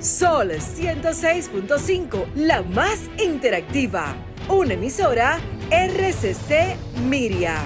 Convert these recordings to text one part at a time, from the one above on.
Sol 106.5, la más interactiva. Una emisora RCC Miria.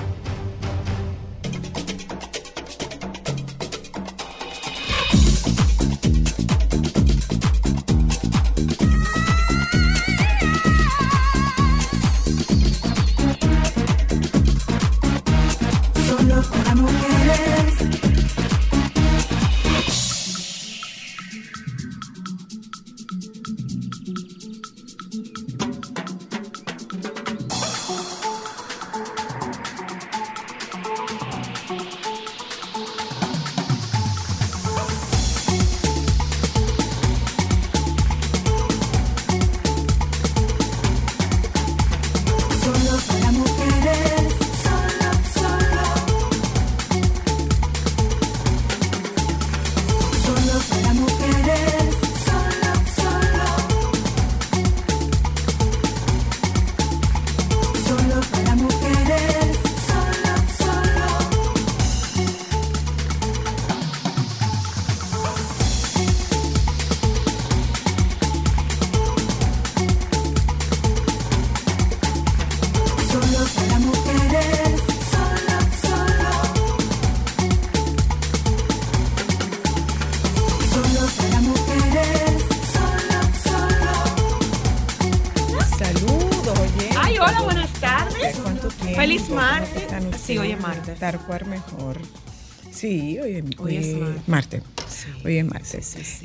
Tarcuar mejor. Sí, hoy es martes. Sí, hoy es martes.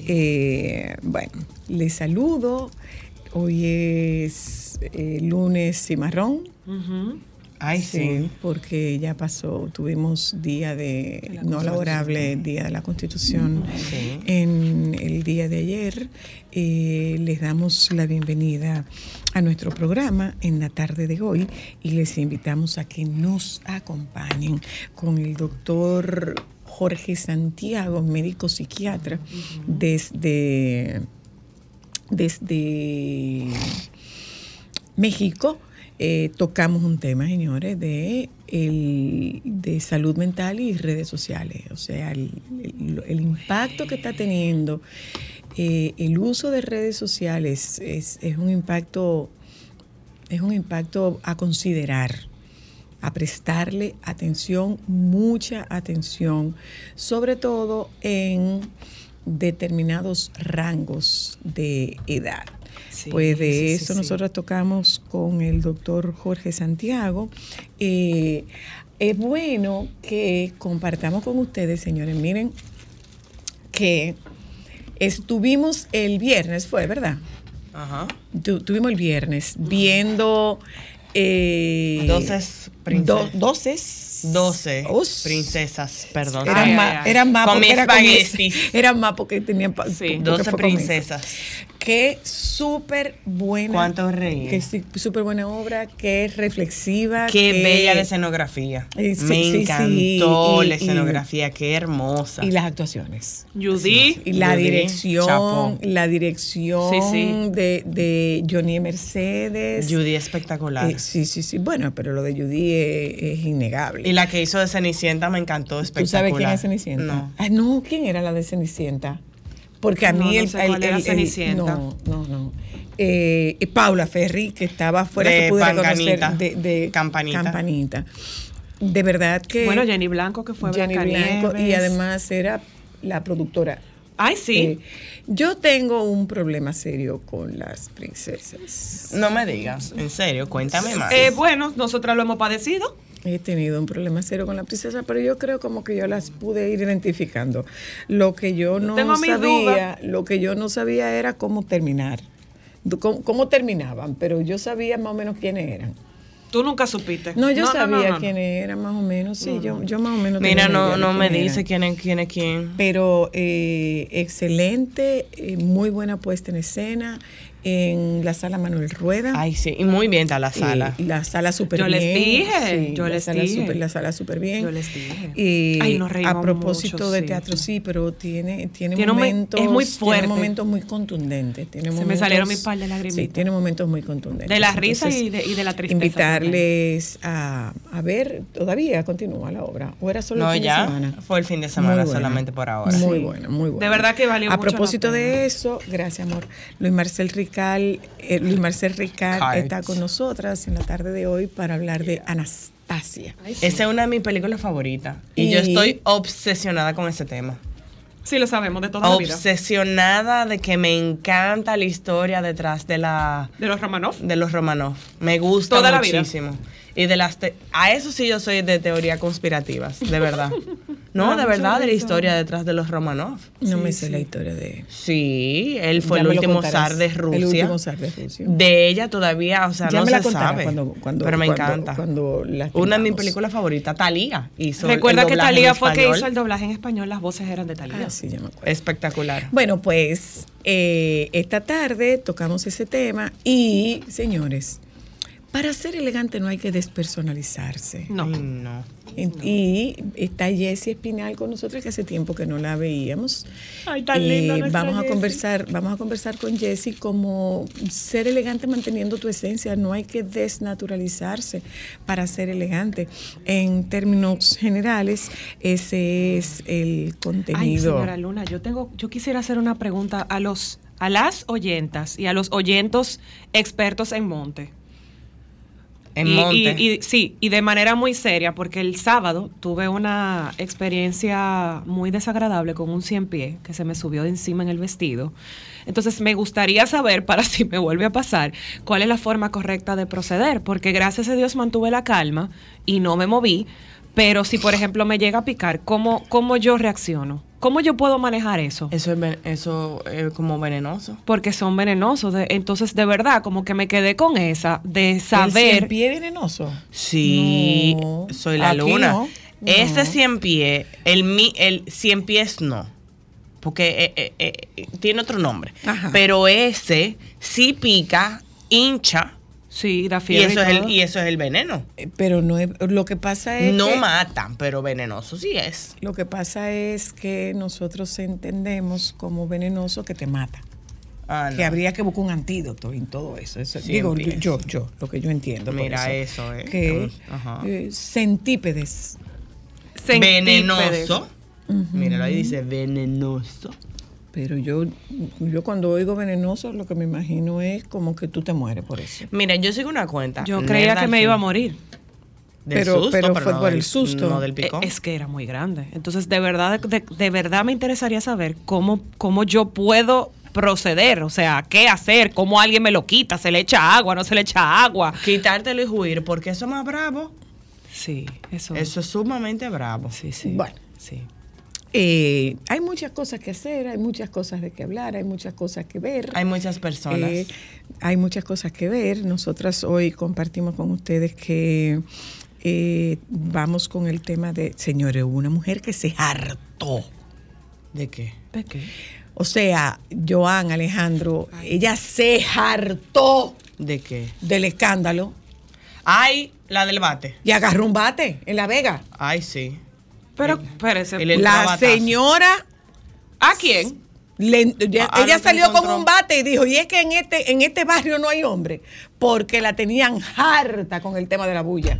Sí. Bueno, les saludo. Hoy es lunes cimarrón. Uh-huh. Ay, sí. Porque ya pasó, tuvimos día de no laborable, día de la Constitución. Sí. En el día de ayer les damos la bienvenida a nuestro programa en la tarde de hoy y les invitamos a que nos acompañen con el doctor Jorge Santiago, médico psiquiatra, desde México. Tocamos un tema, señores, de salud mental y redes sociales. O sea, el impacto que está teniendo el uso de redes sociales es un impacto a considerar, a prestarle atención, mucha atención, sobre todo en determinados rangos de edad. Sí, pues de eso nosotros tocamos con el doctor Jorge Santiago. Es bueno que compartamos con ustedes, señores. Miren que estuvimos el viernes, fue, ¿verdad? Ajá. Tuvimos el viernes viendo 12 princesas, perdón. Eran más con porque eran más porque tenían 12 princesas. Qué súper buena. ¿Cuánto reí? Qué súper buena obra, qué reflexiva. Qué bella la escenografía. Me encantó la escenografía, qué hermosa. Y las actuaciones. Judy. Y la dirección de Johnny Mercedes. Judy espectacular. Sí. Bueno, pero lo de Judy es innegable. Y la que hizo de Cenicienta me encantó, espectacular. ¿Tú sabes quién es Cenicienta? No. No, ¿quién era la de Cenicienta? Porque a mí Cenicienta. No. Paula Ferri, que estaba fuera, de que pude Panganita, reconocer de Campanita. De verdad que... Bueno, Jenny Blanco, que fue Jenny Blanco, y además era la productora. Ay, sí. Yo tengo un problema serio con las princesas. No me digas, en serio, cuéntame más. Bueno, nosotras lo hemos padecido. He tenido un problema serio con la princesa, pero yo creo como que yo las pude ir identificando. Lo que yo no sabía era cómo terminar, cómo terminaban, pero yo sabía más o menos quiénes eran. ¿Tú nunca supiste? No, yo sabía quiénes eran más o menos, sí, yo más o menos. Mira, no me dice quién es quién. Pero excelente, muy buena puesta en escena. en la sala Manuel Rueda. Ay, sí, y muy bien está la sala. La sala súper bien. Yo les dije, La sala súper bien. Yo les dije. Y nos reímos a propósito mucho, de sí. teatro, sí, pero tiene momentos, es muy fuerte. Tiene momentos muy contundentes. Me salieron mi par de lagrimitas. Sí, tiene momentos muy contundentes. De la risa y de la tristeza. Invitarles a ver, todavía continúa la obra. ¿O era solo el fin de semana? Fue el fin de semana solamente por ahora. Muy buena, muy buena. De verdad que valió mucho. A propósito de eso, gracias, amor. Luis Marcel Ricard está con nosotras en la tarde de hoy para hablar de Anastasia. Esa es una de mis películas favoritas. Y yo estoy obsesionada con ese tema. Sí, lo sabemos de toda la vida. Obsesionada de que me encanta la historia detrás de los Romanov. De los Romanov. Me gusta toda muchísimo. La vida. Y de a eso sí yo soy de teorías conspirativas, de verdad. No, de verdad, de la historia detrás de los Romanov. No me sé la historia de... Sí, él fue el último zar de Rusia. El último zar de Rusia. De ella todavía, o sea, no se sabe. Pero me encanta. Una de mis películas favoritas, Thalía. Recuerda que Thalía fue que hizo el doblaje en español, las voces eran de Thalía. Sí, ya me acuerdo. Espectacular. Bueno, pues esta tarde tocamos ese tema y, señores, para ser elegante no hay que despersonalizarse. No. Y está Jessie Espinal con nosotros, que hace tiempo que no la veíamos. Ay, tan linda. Vamos a conversar con Jessie como ser elegante manteniendo tu esencia. No hay que desnaturalizarse para ser elegante. En términos generales, ese es el contenido. Ay, señora Luna, yo quisiera hacer una pregunta a las oyentas y a los oyentos expertos en monte. Y de manera muy seria, porque el sábado tuve una experiencia muy desagradable con un 100 pies que se me subió de encima en el vestido. Entonces me gustaría saber, para si me vuelve a pasar, cuál es la forma correcta de proceder, porque gracias a Dios mantuve la calma y no me moví, pero si por ejemplo me llega a picar, ¿cómo yo reacciono? ¿Cómo yo puedo manejar eso? Eso es como venenoso. Porque son venenosos. Entonces, de verdad, como que me quedé con esa de saber... ¿El 100 pies venenoso? Sí, no, soy la Luna. No. Ese 100 pies, el 100 pies no. Porque tiene otro nombre. Ajá. Pero ese sí pica, hincha. Sí, da fiebre y eso es el veneno. Pero no es, lo que pasa es no matan, pero venenoso sí es. Lo que pasa es que nosotros entendemos como venenoso que te mata. Que habría que buscar un antídoto en todo eso. Digo, yo, lo que yo entiendo. Mira, eso es. Que centípedes. Venenoso. Míralo ahí, dice venenoso. Pero yo cuando oigo venenoso, lo que me imagino es como que tú te mueres por eso. Mira, yo sigo una cuenta. Yo creía que me iba a morir. Pero fue no por el susto. No del picón. Es que era muy grande. Entonces, de verdad me interesaría saber cómo yo puedo proceder. O sea, qué hacer, cómo alguien me lo quita, se le echa agua, no se le echa agua. Quitártelo y huir, porque eso es más bravo. Sí, eso es sumamente bravo. Sí. Bueno, sí. Hay muchas cosas que hacer, hay muchas cosas de que hablar, hay muchas cosas que ver. Hay muchas personas. Hay muchas cosas que ver. Nosotras hoy compartimos con ustedes que vamos con el tema de, señores, una mujer que se hartó. ¿De qué? ¿De qué? O sea, Joan Alejandro, ella se hartó. ¿De qué? Del escándalo. Ay, la del bate. Y agarró un bate en La Vega. Ay, sí. Pero, espérese. La señora... ¿A quién? Ella salió con un bate y dijo, y es que en este barrio no hay hombre, porque la tenían harta con el tema de la bulla.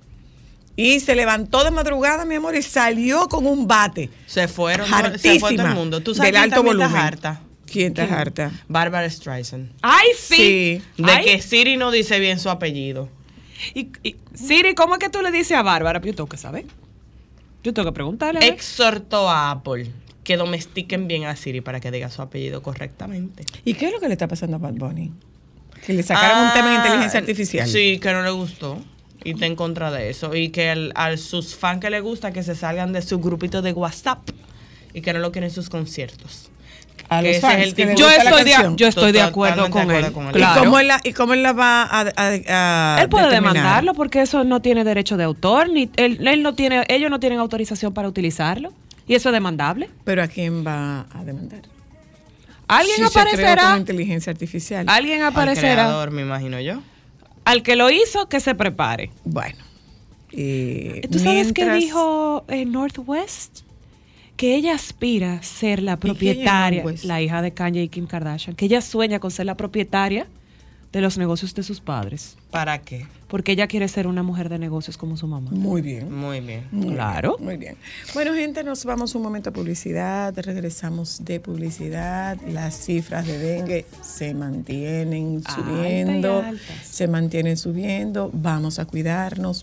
Y se levantó de madrugada, mi amor, y salió con un bate. Se fueron, hartísima, se fue todo el mundo. ¿Tú sabes del alto volumen? Está harta? ¿Quién está harta? Bárbara Streisand. ¡Ay, sí! De que Siri no dice bien su apellido. Y Siri, ¿cómo es que tú le dices a Bárbara? Yo tengo que saber. Yo tengo que preguntarle. Exhortó a Apple que domestiquen bien a Siri para que diga su apellido correctamente. ¿Y qué es lo que le está pasando a Bad Bunny? Que le sacaron un tema en inteligencia artificial. Sí, que no le gustó. Y está en contra de eso. Y que a sus fans que le gusta que se salgan de su grupito de WhatsApp y que no lo quieren en sus conciertos. A los fans, es el tipo, yo estoy de acuerdo con él. Claro. ¿Y cómo él la va a él puede demandarlo porque eso no tiene derecho de autor, ni ellos no tienen autorización para utilizarlo y eso es demandable. ¿Pero a quién va a demandar? Alguien Sí, se creó aparecerá. con inteligencia artificial. Alguien Al aparecerá. creador, me imagino yo. Al que lo hizo, que se prepare. Bueno. ¿Tú sabes qué mientras- dijo Northwest? Que ella aspira a ser la quién es propietaria, Northwest? la hija de Kanye y Kim Kardashian, que ella sueña con ser la propietaria de los negocios de sus padres, ¿Para qué? porque ella quiere ser una mujer de negocios como su mamá. Muy bien. Muy bien. Muy Claro. bien, muy bien. Bueno, gente, nos vamos un momento a publicidad. Regresamos de publicidad. Las cifras de dengue se mantienen Altas y subiendo. altas. Se mantienen subiendo. Vamos a cuidarnos.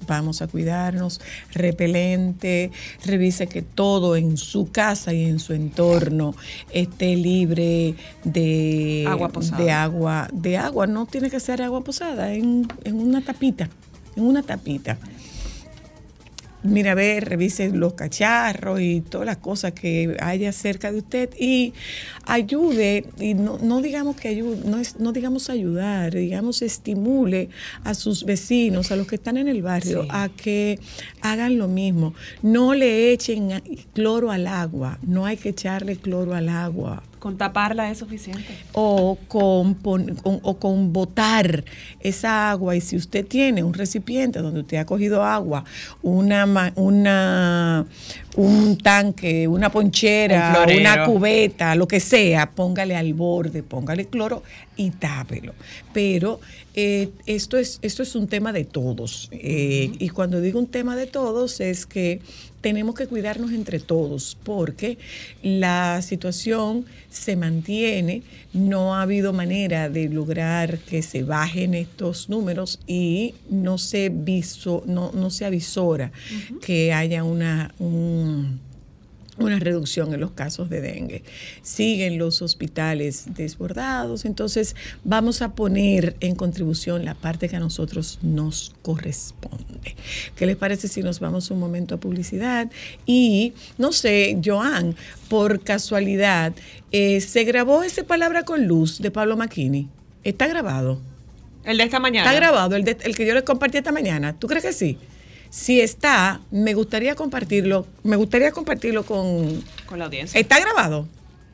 Repelente. Revise que todo en su casa y en su entorno esté libre de Agua posada. De agua. No tiene que ser agua posada, en una tapita. En una tapita. Mira, revise los cacharros y todas las cosas que haya cerca de usted y ayude, y no digamos que ayude, no digamos ayudar, digamos estimule a sus vecinos, a los que están en el barrio, Sí. a que hagan lo mismo. No le echen cloro al agua, no hay que echarle cloro al agua. Con taparla es suficiente. O con botar esa agua, y si usted tiene un recipiente donde usted ha cogido agua, un tanque, una Un ponchera, florero. una cubeta, lo que sea, póngale al borde, póngale cloro y tápelo. Pero esto es un tema de todos. Y cuando digo un tema de todos es que tenemos que cuidarnos entre todos, porque la situación se mantiene, no ha habido manera de lograr que se bajen estos números y no se avisora que haya una reducción en los casos de dengue. Siguen los hospitales desbordados, entonces vamos a poner en contribución la parte que a nosotros nos corresponde. ¿Qué les parece si nos vamos un momento a publicidad? Y, no sé, Joan, por casualidad, ¿se grabó ese Palabra con Luz de Pablo Macchini? ¿Está grabado? El de esta mañana. ¿Está grabado el que yo les compartí esta mañana? ¿Tú crees que sí? Si está, me gustaría compartirlo con... Con la audiencia. ¿Está grabado?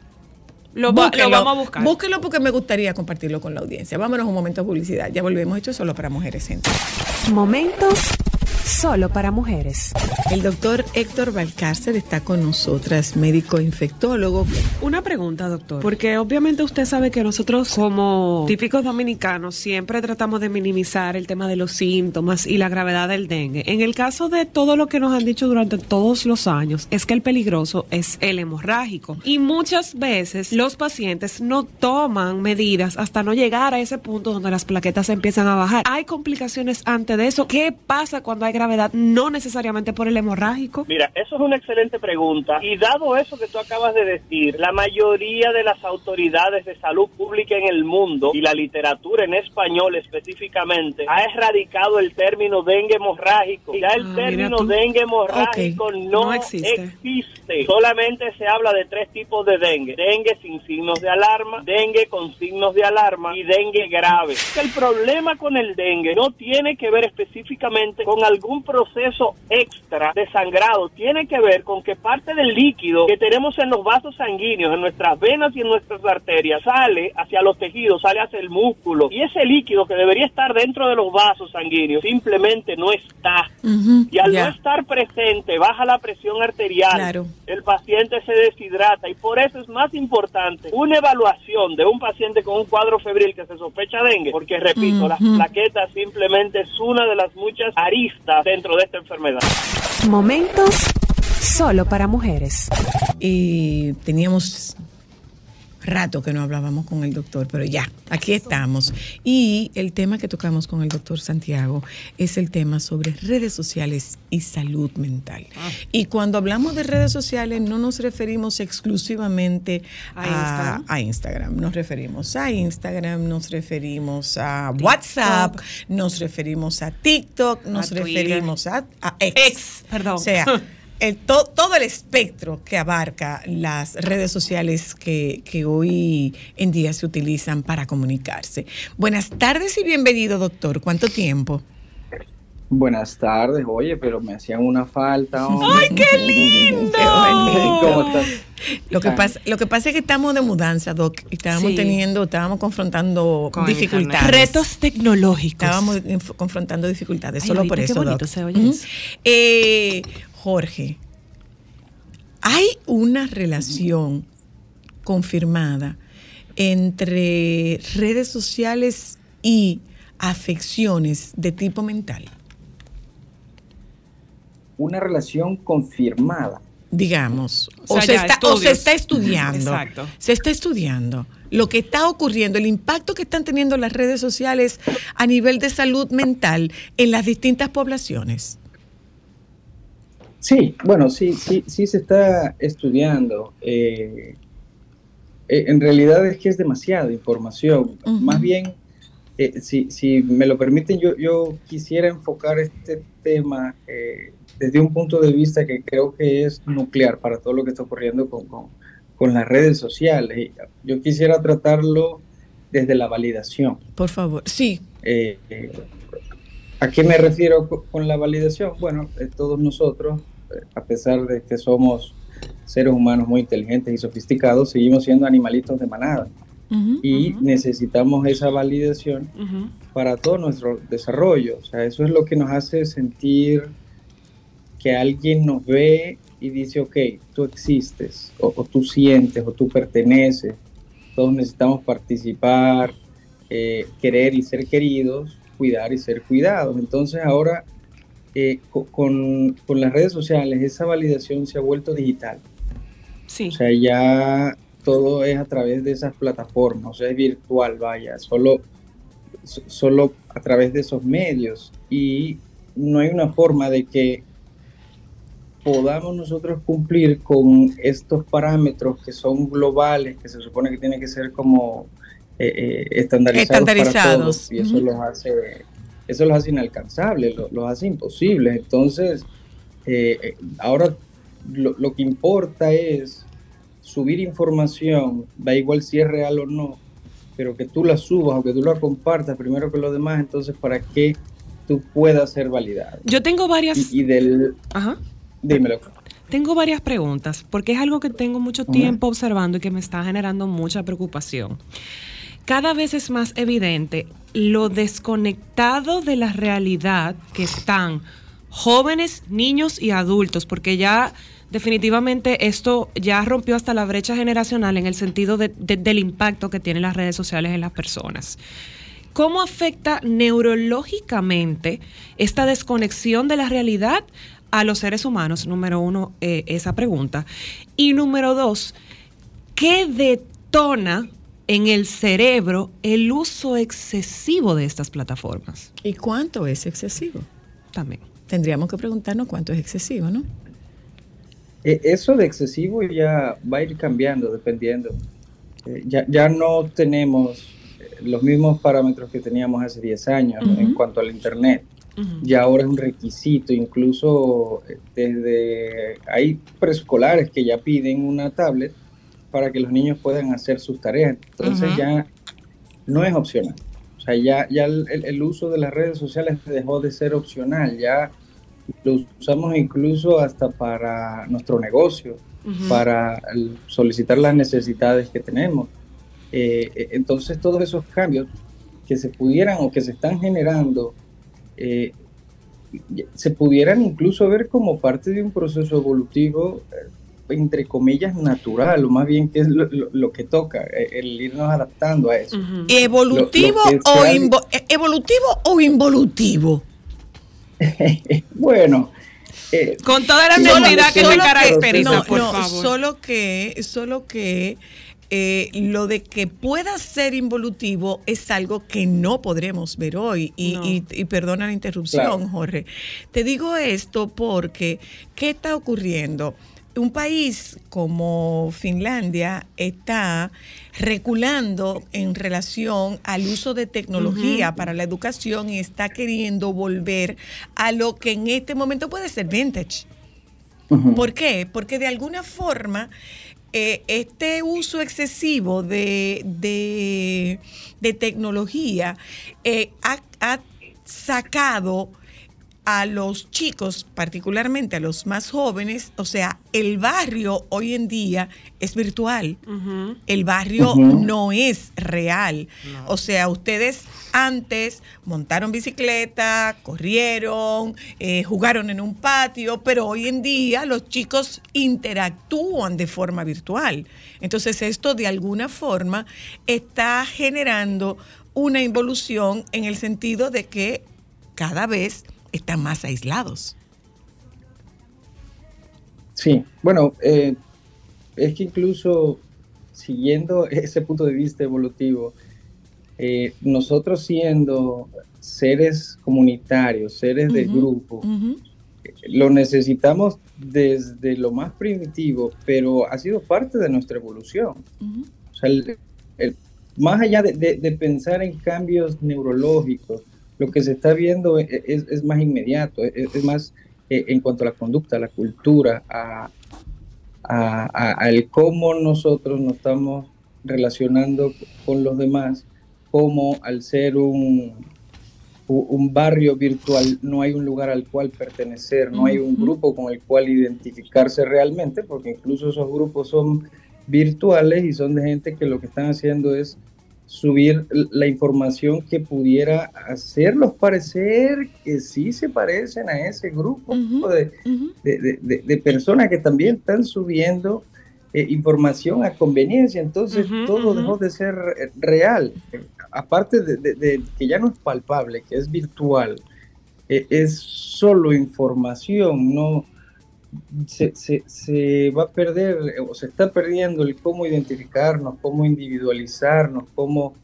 Lo Búsquelo, vamos a buscar. Búsquelo porque me gustaría compartirlo con la audiencia. Vámonos un momento a publicidad. Ya volvemos. Esto es solo para mujeres, gente. Momentos solo para mujeres. El doctor Héctor Valcárcel está con nosotras, médico infectólogo. Una pregunta, doctor, porque obviamente usted sabe que nosotros como típicos dominicanos siempre tratamos de minimizar el tema de los síntomas y la gravedad del dengue. En el caso de todo lo que nos han dicho durante todos los años, es que el peligroso es el hemorrágico. Y muchas veces los pacientes no toman medidas hasta no llegar a ese punto donde las plaquetas empiezan a bajar. ¿Hay complicaciones antes de eso? ¿Qué pasa cuando hay gravedad? No necesariamente por el hemorrágico. Mira, eso es una excelente pregunta y dado eso que tú acabas de decir, la mayoría de las autoridades de salud pública en el mundo y la literatura en español específicamente ha erradicado el término dengue hemorrágico. Ya el término dengue hemorrágico no existe. Solamente se habla de 3 tipos de dengue: dengue sin signos de alarma, dengue con signos de alarma y dengue grave. El problema con el dengue no tiene que ver específicamente con algún proceso extra de sangrado, tiene que ver con que parte del líquido que tenemos en los vasos sanguíneos, en nuestras venas y en nuestras arterias, sale hacia los tejidos, sale hacia el músculo, y ese líquido que debería estar dentro de los vasos sanguíneos simplemente no está. Y al no estar presente, baja la presión arterial, el paciente se deshidrata, y por eso es más importante una evaluación de un paciente con un cuadro febril que se sospecha dengue, porque repito, las plaquetas simplemente es una de las muchas aristas dentro de esta enfermedad. Momentos solo para mujeres. Y teníamos rato que no hablábamos con el doctor, pero ya, aquí estamos. Y el tema que tocamos con el doctor Santiago es el tema sobre redes sociales y salud mental. Y cuando hablamos de redes sociales no nos referimos exclusivamente a Instagram. Nos referimos a Instagram, nos referimos a TikTok, WhatsApp, nos referimos a TikTok, nos referimos a X. Perdón. O sea, todo el espectro que abarca las redes sociales que hoy en día se utilizan para comunicarse. Buenas tardes y bienvenido, doctor. ¿Cuánto tiempo? Buenas tardes, oye, pero me hacían una falta. Hombre. ¡Ay, qué lindo! ¿Cómo estás? Lo que pasa es que estamos de mudanza, Doc, y estábamos confrontando Con dificultades. Retos tecnológicos. Estábamos confrontando dificultades, Ay, solo ahorita por eso, qué bonito Doc. se oye eso. Jorge, ¿hay una relación confirmada entre redes sociales y afecciones de tipo mental? Una relación confirmada. Digamos, O sea, se está estudiando. Exacto. Se está estudiando lo que está ocurriendo, el impacto que están teniendo las redes sociales a nivel de salud mental en las distintas poblaciones. Sí, bueno, sí se está estudiando. En realidad es que es demasiada información. Uh-huh. Más bien, si me lo permiten, yo quisiera enfocar este tema desde un punto de vista que creo que es nuclear para todo lo que está ocurriendo con las redes sociales. Yo quisiera tratarlo desde la validación. Por favor, sí. ¿A qué me refiero con la validación? Bueno, todos nosotros, a pesar de que somos seres humanos muy inteligentes y sofisticados, seguimos siendo animalitos de manada. Uh-huh, y necesitamos esa validación para todo nuestro desarrollo. O sea, eso es lo que nos hace sentir que alguien nos ve y dice, ok, tú existes, o tú sientes, o tú perteneces. Todos necesitamos participar, querer y ser queridos, cuidar y ser cuidados. Entonces ahora con las redes sociales esa validación se ha vuelto digital. Sí. O sea, ya todo es a través de esas plataformas, o sea, es virtual, vaya, solo a través de esos medios, y no hay una forma de que podamos nosotros cumplir con estos parámetros que son globales, que se supone que tienen que ser como estandarizados para todos, y eso los hace inalcanzables, los hace imposibles. Entonces, ahora lo que importa es subir información, da igual si es real o no, pero que tú la subas o que tú la compartas primero que los demás, entonces para que tú puedas ser validado. Yo tengo varias... Ajá. Dímelo. Tengo varias preguntas, porque es algo que tengo mucho tiempo observando y que me está generando mucha preocupación. Cada vez es más evidente lo desconectado de la realidad que están jóvenes, niños y adultos, porque ya definitivamente esto ya rompió hasta la brecha generacional en el sentido del impacto que tienen las redes sociales en las personas. ¿Cómo afecta neurológicamente esta desconexión de la realidad a los seres humanos? Número uno, esa pregunta. Y número dos, ¿qué detona en el cerebro el uso excesivo de estas plataformas? ¿Y cuánto es excesivo? También. Tendríamos que preguntarnos cuánto es excesivo, ¿no? Eso de excesivo ya va a ir cambiando dependiendo. Ya no tenemos los mismos parámetros que teníamos hace 10 años en cuanto al Internet. Ya ahora es un requisito, incluso hay preescolares que ya piden una tablet para que los niños puedan hacer sus tareas. Entonces ya no es opcional. O sea, ya el uso de las redes sociales dejó de ser opcional, ya lo usamos incluso hasta para nuestro negocio, para solicitar las necesidades que tenemos. Entonces todos esos cambios que se pudieran o que se están generando se pudieran incluso ver como parte de un proceso evolutivo, entre comillas, natural, o más bien que es lo que toca, el irnos adaptando a eso. ¿Evolutivo o involutivo? Bueno, con toda la honestidad que me caracteriza, por favor. Solo que lo de que pueda ser involutivo es algo que no podremos ver hoy. Y perdona la interrupción, claro. Jorge. Te digo esto porque, ¿qué está ocurriendo? Un país como Finlandia está reculando en relación al uso de tecnología para la educación y está queriendo volver a lo que en este momento puede ser vintage. ¿Por qué? Porque de alguna forma este uso excesivo de tecnología ha sacado a los chicos, particularmente a los más jóvenes, o sea, el barrio hoy en día es virtual. El barrio no es real. No. O sea, ustedes antes montaron bicicleta, corrieron, jugaron en un patio, pero hoy en día los chicos interactúan de forma virtual. Entonces, esto de alguna forma está generando una involución en el sentido de que cada vez están más aislados. Sí, bueno, es que incluso siguiendo ese punto de vista evolutivo, nosotros siendo seres comunitarios, seres de grupo, lo necesitamos desde lo más primitivo, pero ha sido parte de nuestra evolución. O sea, más allá de pensar en cambios neurológicos, lo que se está viendo es más inmediato, es más en cuanto a la conducta, a la cultura, al cómo nosotros nos estamos relacionando con los demás, cómo al ser un barrio virtual no hay un lugar al cual pertenecer, no hay un grupo con el cual identificarse realmente, porque incluso esos grupos son virtuales y son de gente que lo que están haciendo es subir la información que pudiera hacerlos parecer que sí se parecen a ese grupo de personas que también están subiendo información a conveniencia. Entonces todo dejó de ser real. Aparte de que ya no es palpable, que es virtual, es solo información, no se va a perder o se está perdiendo el cómo identificarnos, cómo individualizarnos, cómo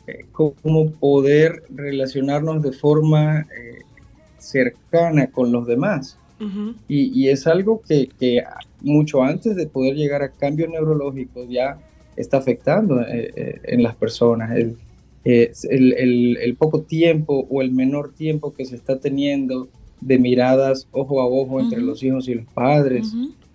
poder relacionarnos de forma cercana con los demás. Y es algo que mucho antes de poder llegar a cambios neurológicos ya está afectando en las personas. El poco tiempo o el menor tiempo que se está teniendo de miradas ojo a ojo entre los hijos y los padres,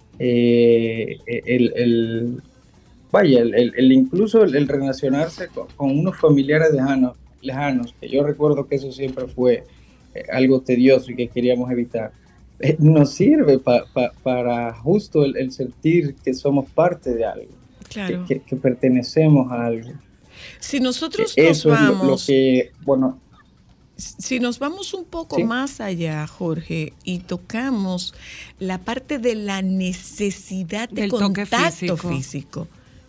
incluso el relacionarse con unos familiares lejanos, que yo recuerdo que eso siempre fue algo tedioso y que queríamos evitar, nos sirve para justo el sentir que somos parte de algo, claro, que pertenecemos a algo. Si nosotros eso nos vamos... Si nos vamos un poco más allá, Jorge, y tocamos la parte de la necesidad de contacto físico.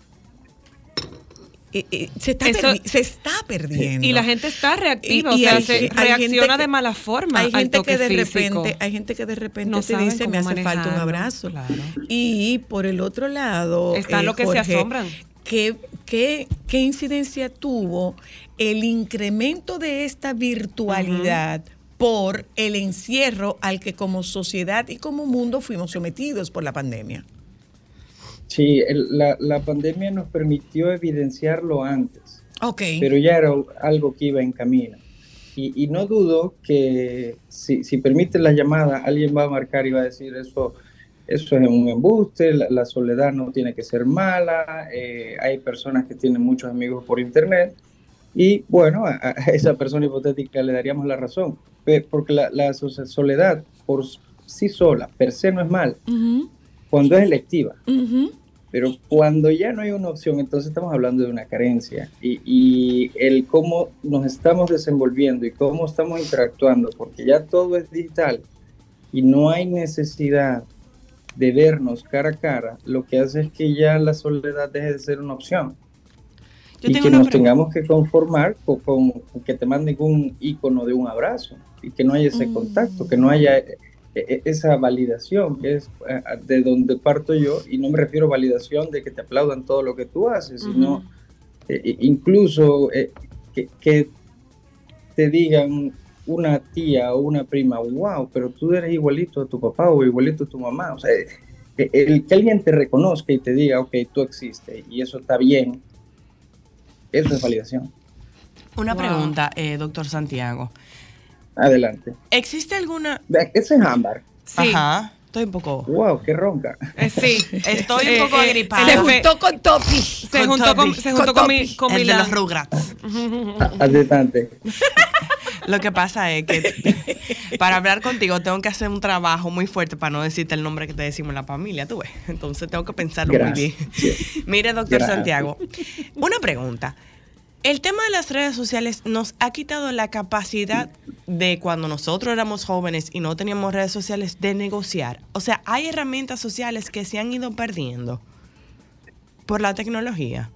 Se está perdiendo. Y la gente está reactiva, se reacciona de mala forma. Hay gente que de repente no te dice, me hace falta un abrazo. Claro. Y por el otro lado, está lo que Jorge, se asombran. ¿Qué incidencia tuvo el incremento de esta virtualidad por el encierro al que como sociedad y como mundo fuimos sometidos por la pandemia? Sí, la pandemia nos permitió evidenciarlo antes, pero ya era algo que iba en camino. Y no dudo que si permite la llamada, alguien va a marcar y va a decir eso es un embuste, la soledad no tiene que ser mala, hay personas que tienen muchos amigos por internet, y bueno, a esa persona hipotética le daríamos la razón, porque la soledad por sí sola, per se no es mal, cuando es electiva, pero cuando ya no hay una opción, entonces estamos hablando de una carencia, y el cómo nos estamos desenvolviendo y cómo estamos interactuando, porque ya todo es digital y no hay necesidad de vernos cara a cara, lo que hace es que ya la soledad deje de ser una opción. Y que nos tengamos que conformar con que te manden un icono de un abrazo y que no haya ese contacto, que no haya esa validación, que es de donde parto yo, y no me refiero a validación de que te aplaudan todo lo que tú haces, sino incluso que te digan una tía o una prima, wow, pero tú eres igualito a tu papá o igualito a tu mamá. O sea, el que alguien te reconozca y te diga, ok, tú existes y eso está bien, eso es validación. Una pregunta, doctor Santiago. Adelante. ¿Existe alguna...? Ese es ámbar. Sí. Ajá. Estoy un poco... Wow, qué ronca. Sí, estoy un poco agripada. Se juntó con Topi. Se juntó con el de los Rugrats. Adelante. Lo que pasa es que para hablar contigo tengo que hacer un trabajo muy fuerte para no decirte el nombre que te decimos en la familia, tú ves. Entonces tengo que pensarlo muy bien. Mire, doctor Santiago, una pregunta. El tema de las redes sociales nos ha quitado la capacidad de cuando nosotros éramos jóvenes y no teníamos redes sociales de negociar. O sea, hay herramientas sociales que se han ido perdiendo por la tecnología.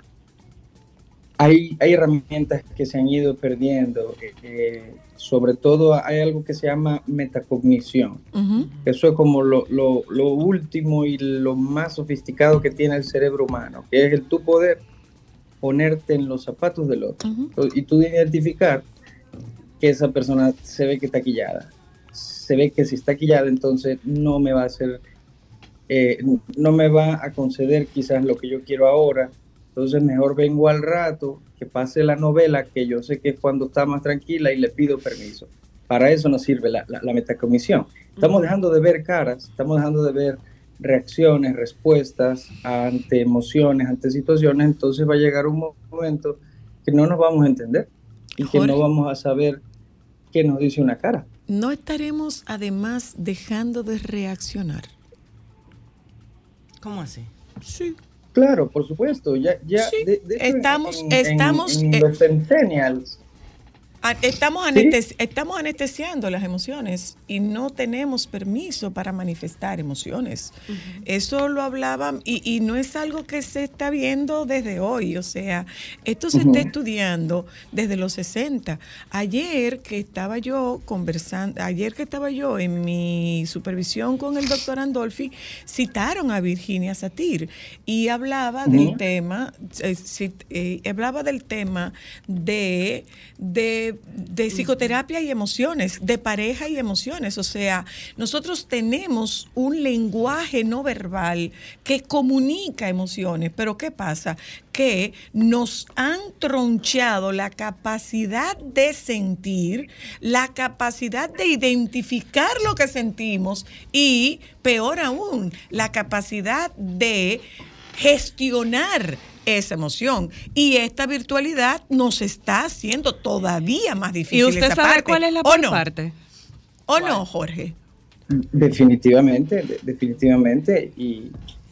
Hay herramientas que se han ido perdiendo. Sobre todo hay algo que se llama metacognición. Eso es como lo último y lo más sofisticado que tiene el cerebro humano, que es el tu poder ponerte en los zapatos del otro y tú identificar que esa persona se ve que está quillada, se ve que si está quillada entonces no me va a hacer, no me va a conceder quizás lo que yo quiero ahora, entonces mejor vengo al rato, que pase la novela, que yo sé que es cuando está más tranquila y le pido permiso. Para eso nos sirve la metacognición. Estamos dejando de ver caras, estamos dejando de ver reacciones, respuestas ante emociones, ante situaciones, entonces va a llegar un momento que no nos vamos a entender y Jorge, que no vamos a saber qué nos dice una cara. ¿No estaremos además dejando de reaccionar? ¿Cómo así? Sí. Claro, por supuesto. Ya sí, de estamos en los centennials. Estamos anestesiando las emociones y no tenemos permiso para manifestar emociones. Eso lo hablaban y no es algo que se está viendo desde hoy. O sea, esto se está estudiando desde los 60. Ayer que estaba yo en mi supervisión con el doctor Andolfi, citaron a Virginia Satir y hablaba del tema, de psicoterapia y emociones, de pareja y emociones. O sea, nosotros tenemos un lenguaje no verbal que comunica emociones, pero ¿qué pasa? Que nos han tronchado la capacidad de sentir, la capacidad de identificar lo que sentimos y, peor aún, la capacidad de gestionar esa emoción, y esta virtualidad nos está haciendo todavía más difícil. ¿Y usted sabe cuál es la peor parte? ¿O no, Jorge? Definitivamente, y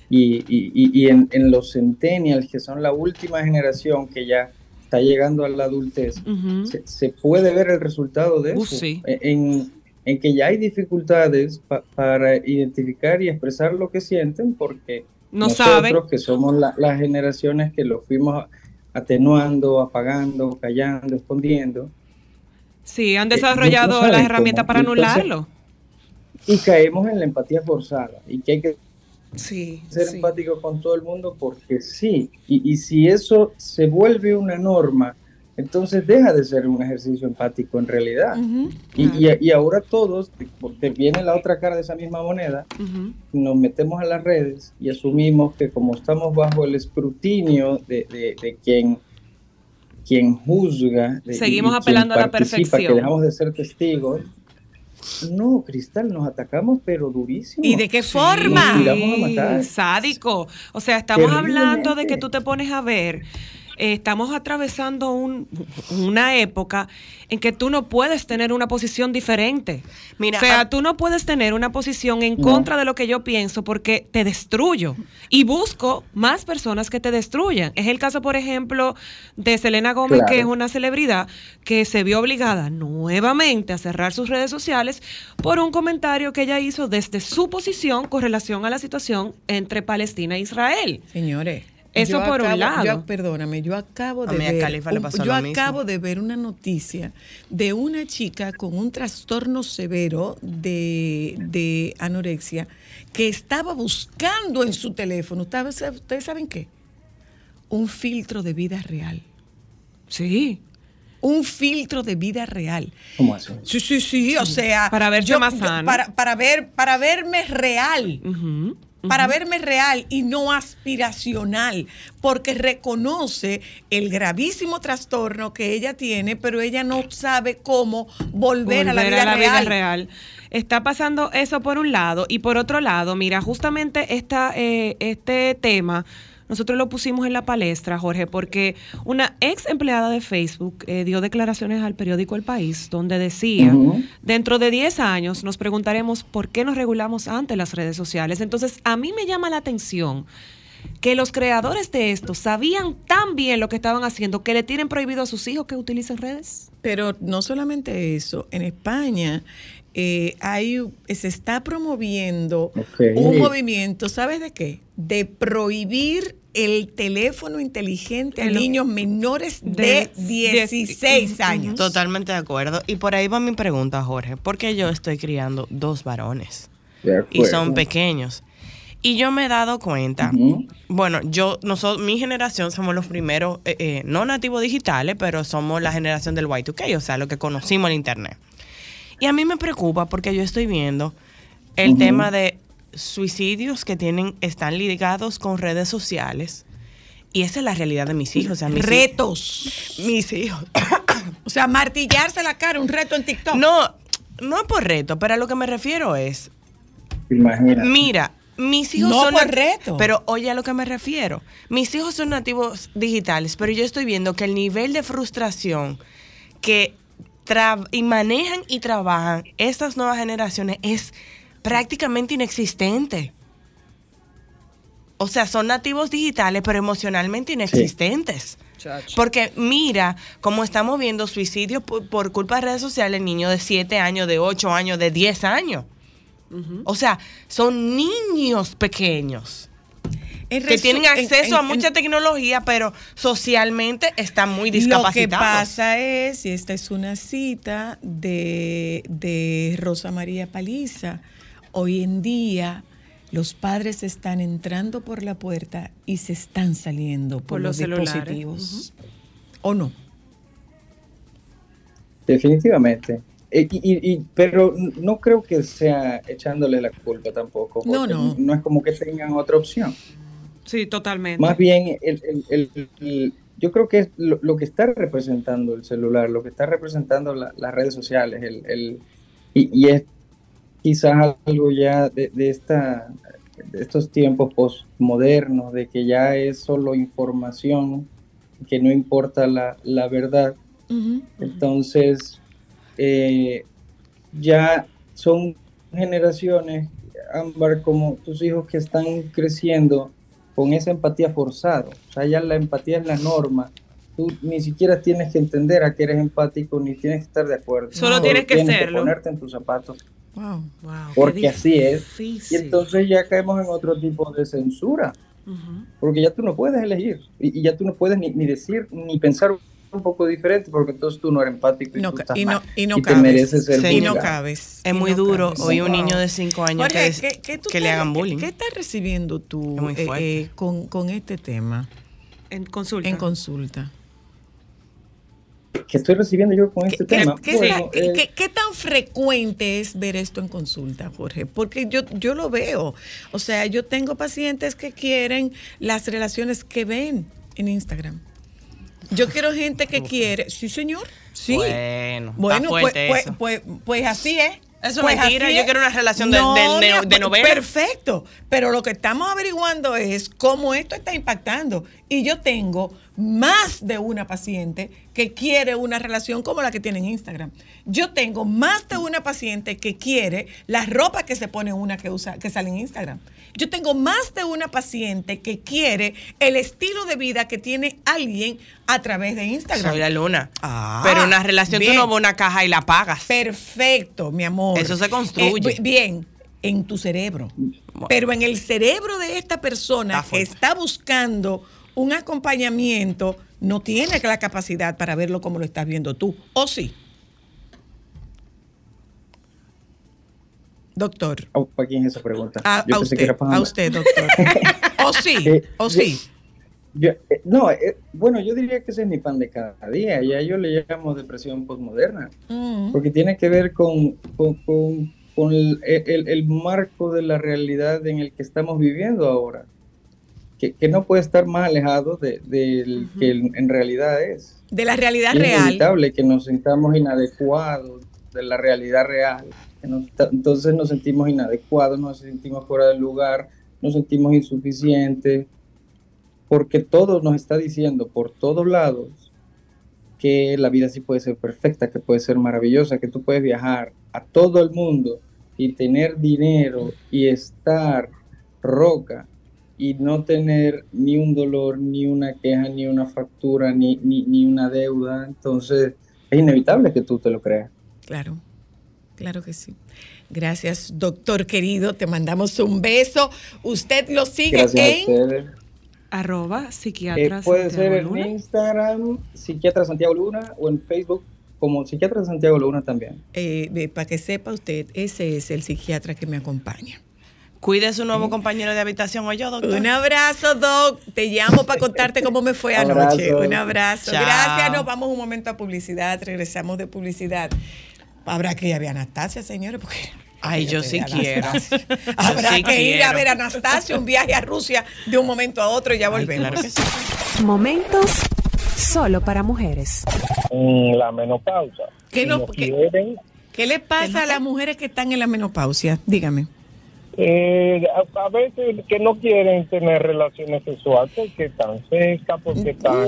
en los centennials, que son la última generación que ya está llegando a la adultez, se puede ver el resultado de eso, sí. en que ya hay dificultades para identificar y expresar lo que sienten, porque nosotros que somos las generaciones que lo fuimos atenuando, apagando, callando, escondiendo. Sí, han desarrollado las herramientas para anularlo. Y caemos en la empatía forzada y que hay que ser empático con todo el mundo porque sí. Y si eso se vuelve una norma, entonces deja de ser un ejercicio empático en realidad. Y ahora todos, porque viene la otra cara de esa misma moneda, nos metemos a las redes y asumimos que como estamos bajo el escrutinio de quien juzga, seguimos apelando a la perfección, que dejamos de ser testigos. No, Cristal, nos atacamos pero durísimo. ¿Y de qué forma? Nos tiramos a matar. Sádico. O sea, estamos hablando de que tú te pones a ver. Estamos atravesando una época en que tú no puedes tener una posición diferente. Mira, o sea, tú no puedes tener una posición en contra de lo que yo pienso porque te destruyo y busco más personas que te destruyan. Es el caso, por ejemplo, de Selena Gómez, que es una celebridad que se vio obligada nuevamente a cerrar sus redes sociales por un comentario que ella hizo desde su posición con relación a la situación entre Palestina e Israel. Señores, eso por un lado. Yo acabo de ver una noticia de una chica con un trastorno severo de anorexia que estaba buscando en su teléfono, ¿ustedes saben qué? Un filtro de vida real. Sí. Un filtro de vida real. ¿Cómo eso? Sí, o sea, para verse más sano. Para verme real. Para verme real y no aspiracional, porque reconoce el gravísimo trastorno que ella tiene, pero ella no sabe cómo volver a la vida real. Está pasando eso por un lado, y por otro lado, mira, justamente este tema nosotros lo pusimos en la palestra, Jorge, porque una ex empleada de Facebook dio declaraciones al periódico El País, donde decía, dentro de 10 años nos preguntaremos por qué nos regulamos ante las redes sociales. Entonces, a mí me llama la atención que los creadores de esto sabían tan bien lo que estaban haciendo que le tienen prohibido a sus hijos que utilicen redes. Pero no solamente eso, en España se está promoviendo un movimiento, ¿sabes de qué? De prohibir el teléfono inteligente a niños menores de 16 años. Totalmente de acuerdo. Y por ahí va mi pregunta, Jorge, porque yo estoy criando 2 varones y son pequeños. Y yo me he dado cuenta, bueno, mi generación somos los primeros, no nativos digitales, pero somos la generación del Y2K, o sea, lo que conocimos en Internet. Y a mí me preocupa porque yo estoy viendo el tema de suicidios que están ligados con redes sociales. Y esa es la realidad de mis hijos. O sea, mis hijos. O sea, martillarse la cara, un reto en TikTok. No es por reto, pero a lo que me refiero es... Imagínate. Mira... Mis hijos no son por reto. Pero oye a lo que me refiero. Mis hijos son nativos digitales, pero yo estoy viendo que el nivel de frustración que manejan y trabajan estas nuevas generaciones es prácticamente inexistente. O sea, son nativos digitales, pero emocionalmente inexistentes. Sí. Porque mira cómo estamos viendo suicidios por culpa de redes sociales, niños de 7 años, de 8 años, de 10 años. O sea, son niños pequeños que tienen acceso a mucha tecnología, pero socialmente están muy discapacitados. Lo que pasa es, y esta es una cita de Rosa María Paliza, hoy en día los padres están entrando por la puerta y se están saliendo por los dispositivos. ¿O no? Definitivamente. Pero no creo que sea echándole la culpa tampoco. No es como que tengan otra opción. Sí, totalmente. Más bien, yo creo que es lo que está representando el celular, lo que está representando las redes sociales, y es quizás algo ya de estos tiempos postmodernos, de que ya es solo información, que no importa la verdad. Entonces... ya son generaciones, Ámbar, como tus hijos que están creciendo con esa empatía forzada. O sea, ya la empatía es la norma. Tú ni siquiera tienes que entender a que eres empático, ni tienes que estar de acuerdo. Solo tienes que serlo. Que ponerte en tus zapatos. Wow, porque así es. Y entonces ya caemos en otro tipo de censura. Porque ya tú no puedes elegir. Y ya tú no puedes ni decir, ni pensar un poco diferente, porque entonces tú no eres empático y tú estás mal, y te mereces ser y no cabes. Es muy duro hoy un niño de 5 años que le hagan bullying. ¿Qué estás recibiendo tú con este tema? En consulta. ¿Qué estoy recibiendo yo con este tema? ¿Qué tan frecuente es ver esto en consulta, Jorge? Porque yo lo veo. O sea, yo tengo pacientes que quieren las relaciones que ven en Instagram. Yo quiero gente que quiere. Sí, señor. Sí. Bueno, pues así es. Eso es mentira. Yo quiero una relación de novela. Perfecto. Pero lo que estamos averiguando es cómo esto está impactando. Y yo tengo más de una paciente que quiere una relación como la que tiene en Instagram. Yo tengo más de una paciente que quiere la ropa que se pone una que sale en Instagram. Yo tengo más de una paciente que quiere el estilo de vida que tiene alguien a través de Instagram. Soy la Luna. Pero una relación bien. Tú no ves una caja y la pagas. Perfecto, mi amor. Eso se construye. Bien, en tu cerebro. Bueno. Pero en el cerebro de esta persona que está buscando un acompañamiento, no tiene la capacidad para verlo como lo estás viendo tú. ¿O sí? Doctor. ¿Para quién es esa pregunta? A usted, doctor. ¿O sí? Bueno, yo diría que ese es mi pan de cada día. Ya yo le llamo depresión postmoderna. Porque tiene que ver con el marco de la realidad en el que estamos viviendo ahora. Que no puede estar más alejado del que en realidad es. De la realidad real. Es inevitable que nos sintamos inadecuados de la realidad real. Entonces nos sentimos inadecuados, nos sentimos fuera del lugar, nos sentimos insuficientes, porque todo nos está diciendo por todos lados que la vida sí puede ser perfecta, que puede ser maravillosa, que tú puedes viajar a todo el mundo y tener dinero y estar roca y no tener ni un dolor, ni una queja, ni una factura, ni una deuda. Entonces es inevitable que tú te lo creas. Claro, claro que sí. Gracias, doctor querido, te mandamos un beso. Usted lo sigue Gracias en... @psiquiatra puede Santiago ser Luna. en Instagram, Psiquiatra Santiago Luna, o en Facebook como Psiquiatra Santiago Luna también. Para que sepa usted, ese es el psiquiatra que me acompaña. Cuide a su nuevo compañero de habitación o yo, doctor. Un abrazo, Doc. Te llamo para contarte cómo me fue anoche. Un abrazo. Chao. Gracias. Nos vamos un momento a publicidad. Regresamos de publicidad. Habrá que ir a ver a Anastasia, señores, porque... Ay, yo sí quiero. Habrá sí que ir a quiero. ver a Anastasia, un viaje a Rusia de un momento a otro y ya volvemos. Claro que sí. Momentos solo para mujeres. La menopausa. ¿Qué, Si no- no qué- quieren, ¿Qué le pasa a las mujeres que están en la menopausia? Dígame. a veces que no quieren tener relaciones sexuales porque están secas, porque están...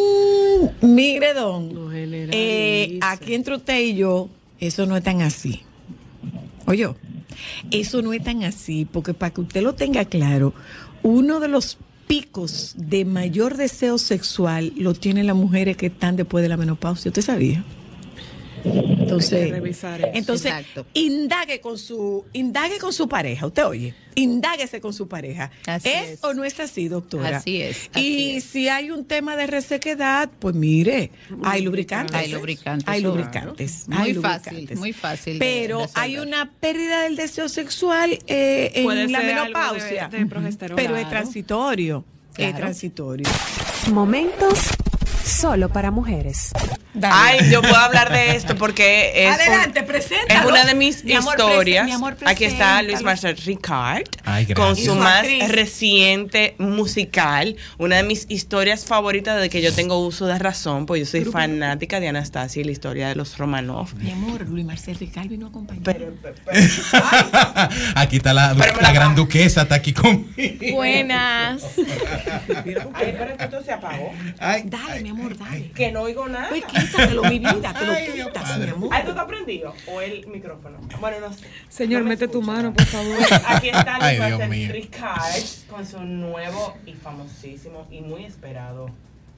Mire, don, No generalice. aquí entre usted y yo, eso no es tan así. Oye, eso no es tan así, porque para que usted lo tenga claro, uno de los picos de mayor deseo sexual lo tienen las mujeres que están después de la menopausia. ¿Usted sabía? Entonces, revisar eso. Exacto. Indague con su pareja. Usted oye, indáguese con su pareja. Así es. o no es así, doctora? Así es. Y si hay un tema de resequedad, pues mire, hay lubricantes. Hay lubricantes. Hay claro. lubricantes. Muy hay fácil, lubricantes. muy fácil. Pero de hay resolver. una pérdida del deseo sexual Puede en la ser algo menopausia. de progesterona. Pero es Claro. transitorio. Es Claro. transitorio. Momentos solo para mujeres. Dale. Ay, yo puedo hablar de esto porque es, Adelante, preséntalo. es una de mis Mi amor, historias. mi amor, Aquí está preséntalo. Luis Marcel Ricard Ay, gracias. con su Y su más actriz. reciente musical. Una de mis historias favoritas de que yo tengo uso de razón, pues yo soy fanática de Anastasia y la historia de los Romanov. Mi amor, Luis Marcel Ricard vino a acompañar. Aquí está la Pero me la la gran bajo. duquesa, está aquí conmigo. Buenas. Ay, pero que esto se apagó. Ay, Dale, mi amor, dale. Que no oigo nada. Pues quítatelo, mi vida, te lo Ay, Dios quitas, padre. mi amor. ¿Algo está prendido? ¿O el micrófono? Bueno, no sé. Señor, No me mete tu escucha. mano, por favor. Aquí está Ay, Luis Dios Marcel mío. Ricard con su nuevo y famosísimo y muy esperado.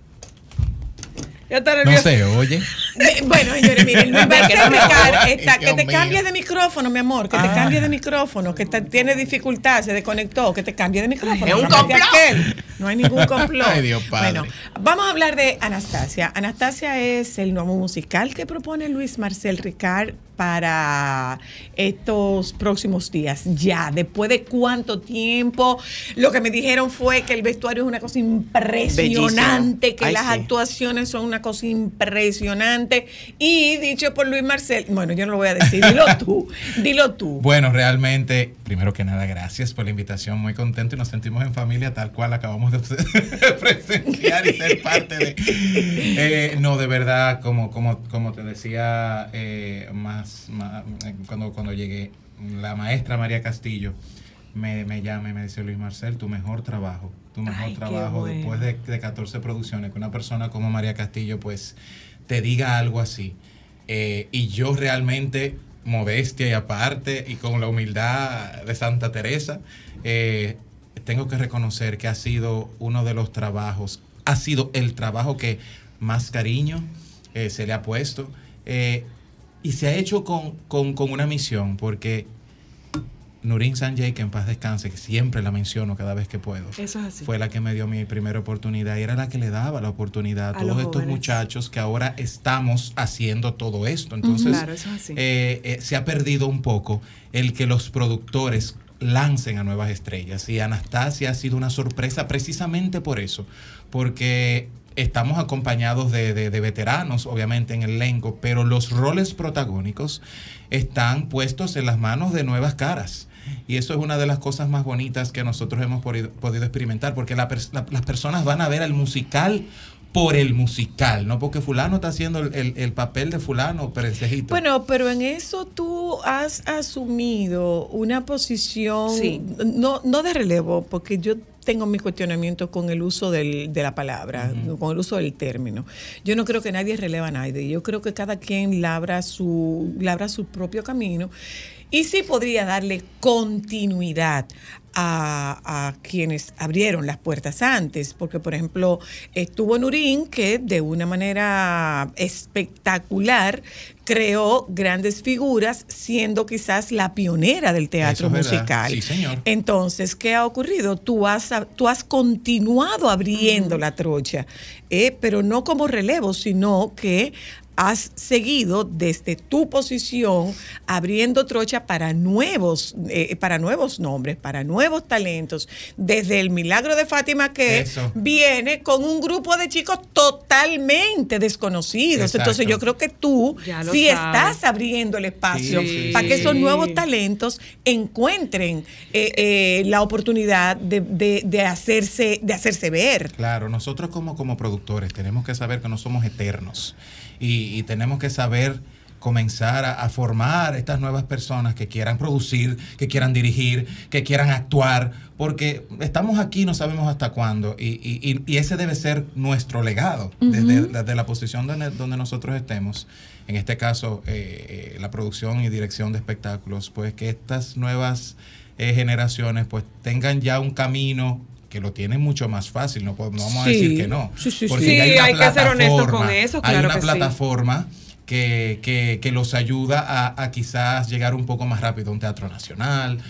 Ya está no nervioso. se oye. Bueno, señores, miren, Luis Marcel no me Ricard oye. está, que Dios te mío. cambies de micrófono, mi amor, que te cambies de micrófono, que tiene dificultad, se desconectó, que te cambie de micrófono. Es un No marque complot. aquel. No hay ningún complot. Ay, Dios padre. Bueno, vamos a hablar de Anastasia. Anastasia es el nuevo musical que propone Luis Marcel Ricard para estos próximos días. Ya, después de cuánto tiempo, lo que me dijeron fue que el vestuario es una cosa impresionante, Bellísimo. que Ay, las sí. actuaciones son una cosa impresionante. Y dicho por Luis Marcel, bueno, yo no lo voy a decir, dilo tú. Bueno, realmente, primero que nada, gracias por la invitación. Muy contento y nos sentimos en familia, tal cual acabamos de presenciar y ser parte de. No, de verdad, como te decía, cuando llegué, la maestra María Castillo me llama y me dice: Luis Marcel, tu mejor trabajo Ay, qué bueno. después de 14 producciones, que una persona como María Castillo pues te diga algo así. Y yo realmente, modestia y aparte, y con la humildad de Santa Teresa, tengo que reconocer que ha sido uno de los trabajos, ha sido el trabajo que más cariño se le ha puesto, y se ha hecho con una misión, porque Nurin Sanjay, que en paz descanse, que siempre la menciono cada vez que puedo, Eso es así. fue la que me dio mi primera oportunidad y era la que le daba la oportunidad a A todos los estos jóvenes. muchachos que ahora estamos haciendo todo esto. Entonces, Claro, eso es así. se ha perdido un poco el que los productores lancen a nuevas estrellas, y Anastasia ha sido una sorpresa precisamente por eso, porque estamos acompañados de veteranos, obviamente, en el elenco, pero los roles protagónicos están puestos en las manos de nuevas caras. Y eso es una de las cosas más bonitas que nosotros hemos podido experimentar, porque las personas van a ver el musical por el musical, no porque fulano está haciendo el papel de fulano, perencejito. Bueno, pero en eso tú has asumido una posición, no de relevo, porque yo tengo mi cuestionamiento con el uso de la palabra, con el uso del término. Yo no creo que nadie releva a nadie. Yo creo que cada quien labra su propio camino y sí podría darle continuidad a quienes abrieron las puertas antes, porque por ejemplo estuvo Nurín, que de una manera espectacular creó grandes figuras, siendo quizás la pionera del teatro musical. Sí, señor. Entonces, ¿qué ha ocurrido? Tú has continuado abriendo la trocha, pero no como relevo, sino que has seguido desde tu posición abriendo trocha para nuevos nombres, para nuevos talentos, desde el Milagro de Fátima, que viene con un grupo de chicos totalmente desconocidos. Exacto. Entonces yo creo que tú sí estás abriendo el espacio para que esos nuevos talentos encuentren la oportunidad de hacerse ver. Claro, nosotros como productores tenemos que saber que no somos eternos. Y tenemos que saber comenzar a formar estas nuevas personas que quieran producir, que quieran dirigir, que quieran actuar, porque estamos aquí, no sabemos hasta cuándo, y ese debe ser nuestro legado, desde la posición donde nosotros estemos. En este caso, la producción y dirección de espectáculos, pues que estas nuevas generaciones pues tengan ya un camino que lo tienen mucho más fácil, no vamos a decir que no. Porque hay que ser honestos con eso, claro. Hay una plataforma que los ayuda a quizás llegar un poco más rápido a un teatro nacional,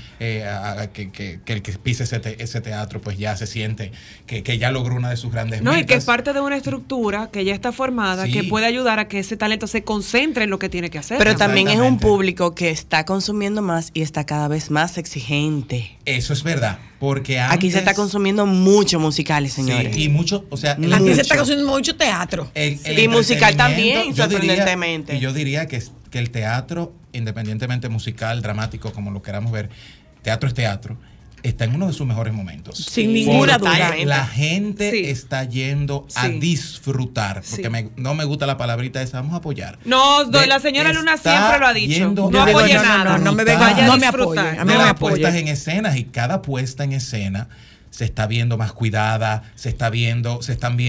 que el que pise ese teatro pues ya se siente que ya logró una de sus grandes metas. No, y que es parte de una estructura que ya está formada, que puede ayudar a que ese talento se concentre en lo que tiene que hacer. Pero también es un público que está consumiendo más y está cada vez más exigente. Eso es verdad, porque antes, aquí se está consumiendo mucho musicales, señores. Sí, y mucho, o sea, aquí se está consumiendo mucho teatro. Y musical también, sorprendentemente. Y yo diría que el teatro, independientemente musical, dramático, como lo queramos ver, teatro es teatro, está en uno de sus mejores momentos. Sin ninguna duda. La gente está yendo a disfrutar, porque no me gusta la palabrita esa, vamos a apoyar. No, la señora Luna siempre lo ha dicho. No apoye nada. No me venga, no me apoye. A mí no me apoye. Puestas en escenas, y cada puesta en escena se está viendo más cuidada, se están viendo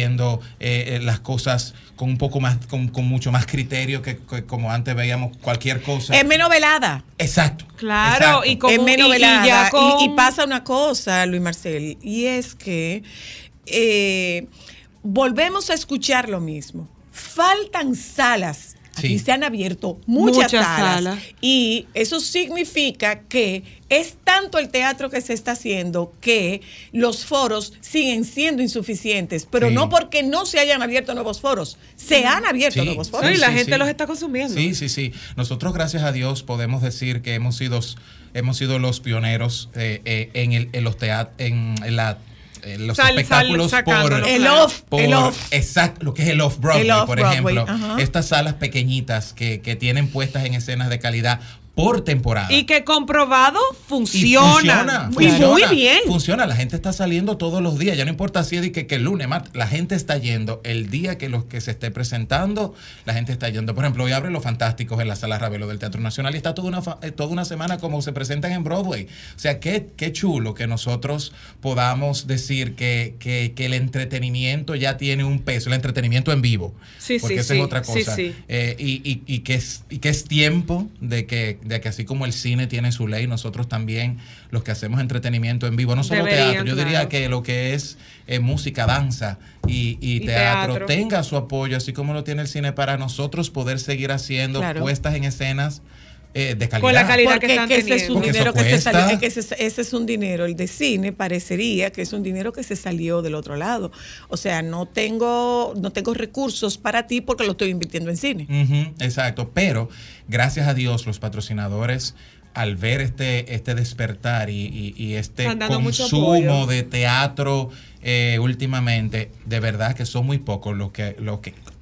las cosas con un poco más, con mucho más criterio que como antes veíamos cualquier cosa. Es menos velada. Exacto. Claro, exacto. Es menos velada. Y pasa una cosa, Luis Marcel, y es que volvemos a escuchar lo mismo. Faltan salas. Aquí se han abierto muchas salas. Y eso significa que es tanto el teatro que se está haciendo que los foros siguen siendo insuficientes, pero no porque no se hayan abierto nuevos foros, se han abierto nuevos foros. Y la gente los está consumiendo. Sí. Nosotros, gracias a Dios, podemos decir que hemos sido los pioneros en los espectáculos el off. Exacto, lo que es el off-Broadway, por ejemplo. Estas salas pequeñitas que tienen puestas en escenas de calidad por temporada. Y que comprobado funciona. Muy bien. Funciona, la gente está saliendo todos los días, ya no importa si es que el lunes, la gente está yendo el día que los que se esté presentando, la gente está yendo. Por ejemplo, hoy abre Los Fantásticos en la Sala Ravelo del Teatro Nacional y está toda una semana como se presentan en Broadway. O sea, qué chulo que nosotros podamos decir que el entretenimiento ya tiene un peso, el entretenimiento en vivo. Porque esa es otra cosa. Y que es tiempo de que así como el cine tiene su ley, nosotros también, los que hacemos entretenimiento en vivo, no solo teatro, yo diría que lo que es música, danza y teatro tenga su apoyo, así como lo tiene el cine, para nosotros poder seguir haciendo puestas en escenas de calidad. Con la calidad que están teniendo. Ese es un dinero que se salió, ese es un dinero, el de cine parecería que es un dinero que se salió del otro lado. O sea, no tengo recursos para ti porque lo estoy invirtiendo en cine. Exacto, pero gracias a Dios los patrocinadores, al ver este despertar y este consumo de teatro últimamente, de verdad que son muy pocos los que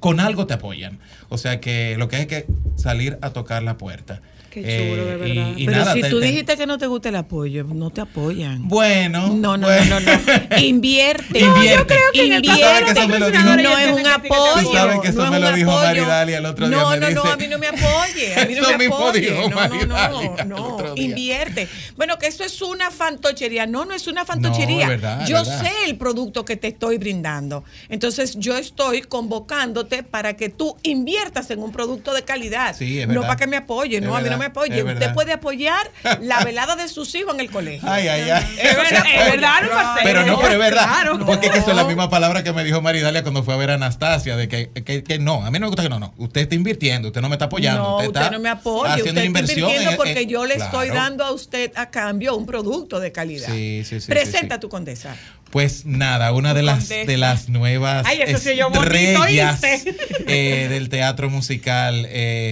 con algo te apoyan. O sea que lo que hay que salir a tocar la puerta. Qué chulo, de verdad. Pero nada, si tú dijiste que no te gusta el apoyo, no te apoyan. Bueno. No. Invierte. Yo creo que invierte. No es un apoyo. Tú sabes que eso me lo dijo Maridalia el otro día. No, a mí no me apoye. A mí no me apoye. No. Invierte. Bueno, que eso es una fantochería. No es una fantochería. No, es verdad, yo sé el producto que te estoy brindando. Entonces, yo estoy convocándote para que tú inviertas en un producto de calidad. Sí, es no verdad. para que me apoye. No, a mí no me apoye. Usted puede apoyar la velada de sus hijos en el colegio. Ay. Es verdad, Pero no, pero es verdad. Claro. Porque eso es la misma palabra que me dijo Maridalia cuando fue a ver a Anastasia, de que no, a mí no me gusta que no. Usted está invirtiendo, usted no me está apoyando. No, usted no me apoya. Haciendo usted inversión está invirtiendo porque yo le claro. estoy dando a usted a cambio un producto de calidad. Sí. Presenta tu condesa. Pues nada, una de las nuevas estrellas del teatro musical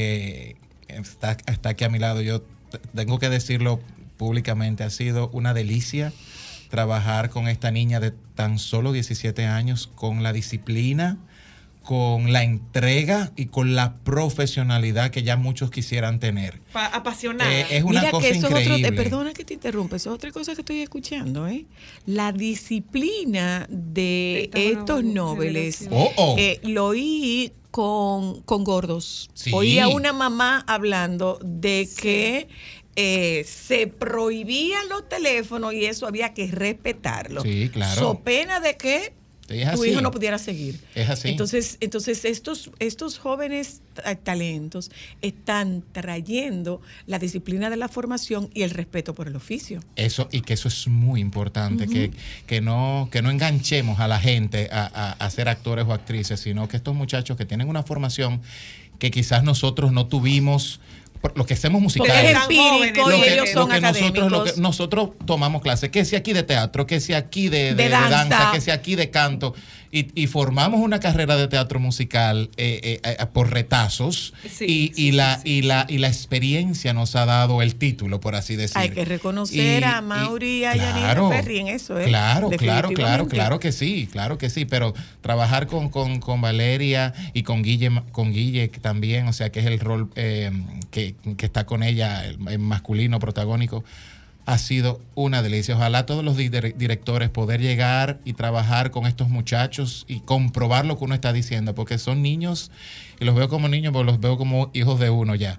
está aquí a mi lado. Yo tengo que decirlo públicamente, ha sido una delicia trabajar con esta niña de tan solo 17 años, con la disciplina, con la entrega y con la profesionalidad que ya muchos quisieran tener. Apasionada. Es una cosa increíble. Perdona que te interrumpa, eso es otra cosa que estoy escuchando, la disciplina de estos nobles. Lo oí con gordos. Sí. Oí a una mamá hablando de que se prohibían los teléfonos y eso había que respetarlo. Sí, claro. So pena de que tu hijo no pudiera seguir. Es así. Entonces estos jóvenes talentos están trayendo la disciplina de la formación y el respeto por el oficio. Eso es muy importante, que no enganchemos a la gente a ser actores o actrices, sino que estos muchachos que tienen una formación que quizás nosotros no tuvimos, lo que hacemos musicales, es empírico y ellos son académicos. Nosotros tomamos clases, que si aquí de teatro, que si aquí de danza, que si aquí de canto, y formamos una carrera de teatro musical por retazos, y la experiencia nos ha dado el título, por así decir. Hay que reconocer a Mauri y a Yanina Ferri en eso. Claro que sí, pero trabajar con Valeria y con Guille también, o sea, que es el rol que está con ella, el masculino protagónico, ha sido una delicia. Ojalá todos los directores poder llegar y trabajar con estos muchachos y comprobar lo que uno está diciendo, porque son niños, y los veo como niños, pero los veo como hijos de uno ya,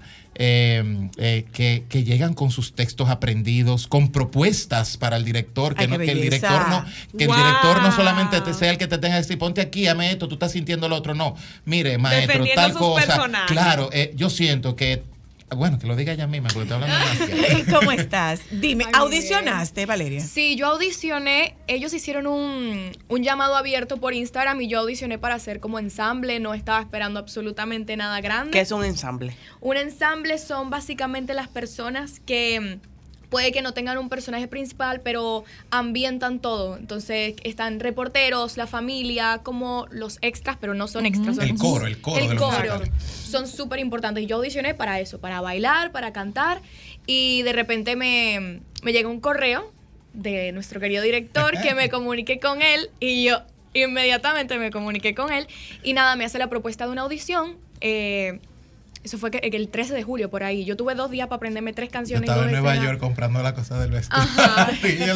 que llegan con sus textos aprendidos, con propuestas para el director, que el director no solamente sea el que te tenga que decir, ponte aquí, hazme esto, tú estás sintiendo lo otro, no, mire, maestro, tal cosa. Personajes. Claro, yo siento que bueno, que lo diga ella misma, porque estoy hablando de ¿Cómo estás? Dime, ¿audicionaste, Valeria? Sí, yo audicioné. Ellos hicieron un llamado abierto por Instagram y yo audicioné para hacer como ensamble. No estaba esperando absolutamente nada grande. ¿Qué es un ensamble? Un ensamble son básicamente las personas que puede que no tengan un personaje principal, pero ambientan todo. Entonces están reporteros, la familia, como los extras, pero no son extras. Son el coro de los musicales. Son súper importantes. Yo audicioné para eso, para bailar, para cantar, y de repente me llega un correo de nuestro querido director que me comuniqué con él, y yo inmediatamente me comuniqué con él, y nada, me hace la propuesta de una audición. Eso fue el 13 de julio, por ahí. Yo tuve 2 días para aprenderme 3 canciones. Yo estaba en Nueva York comprando la cosa del vestido. Ajá.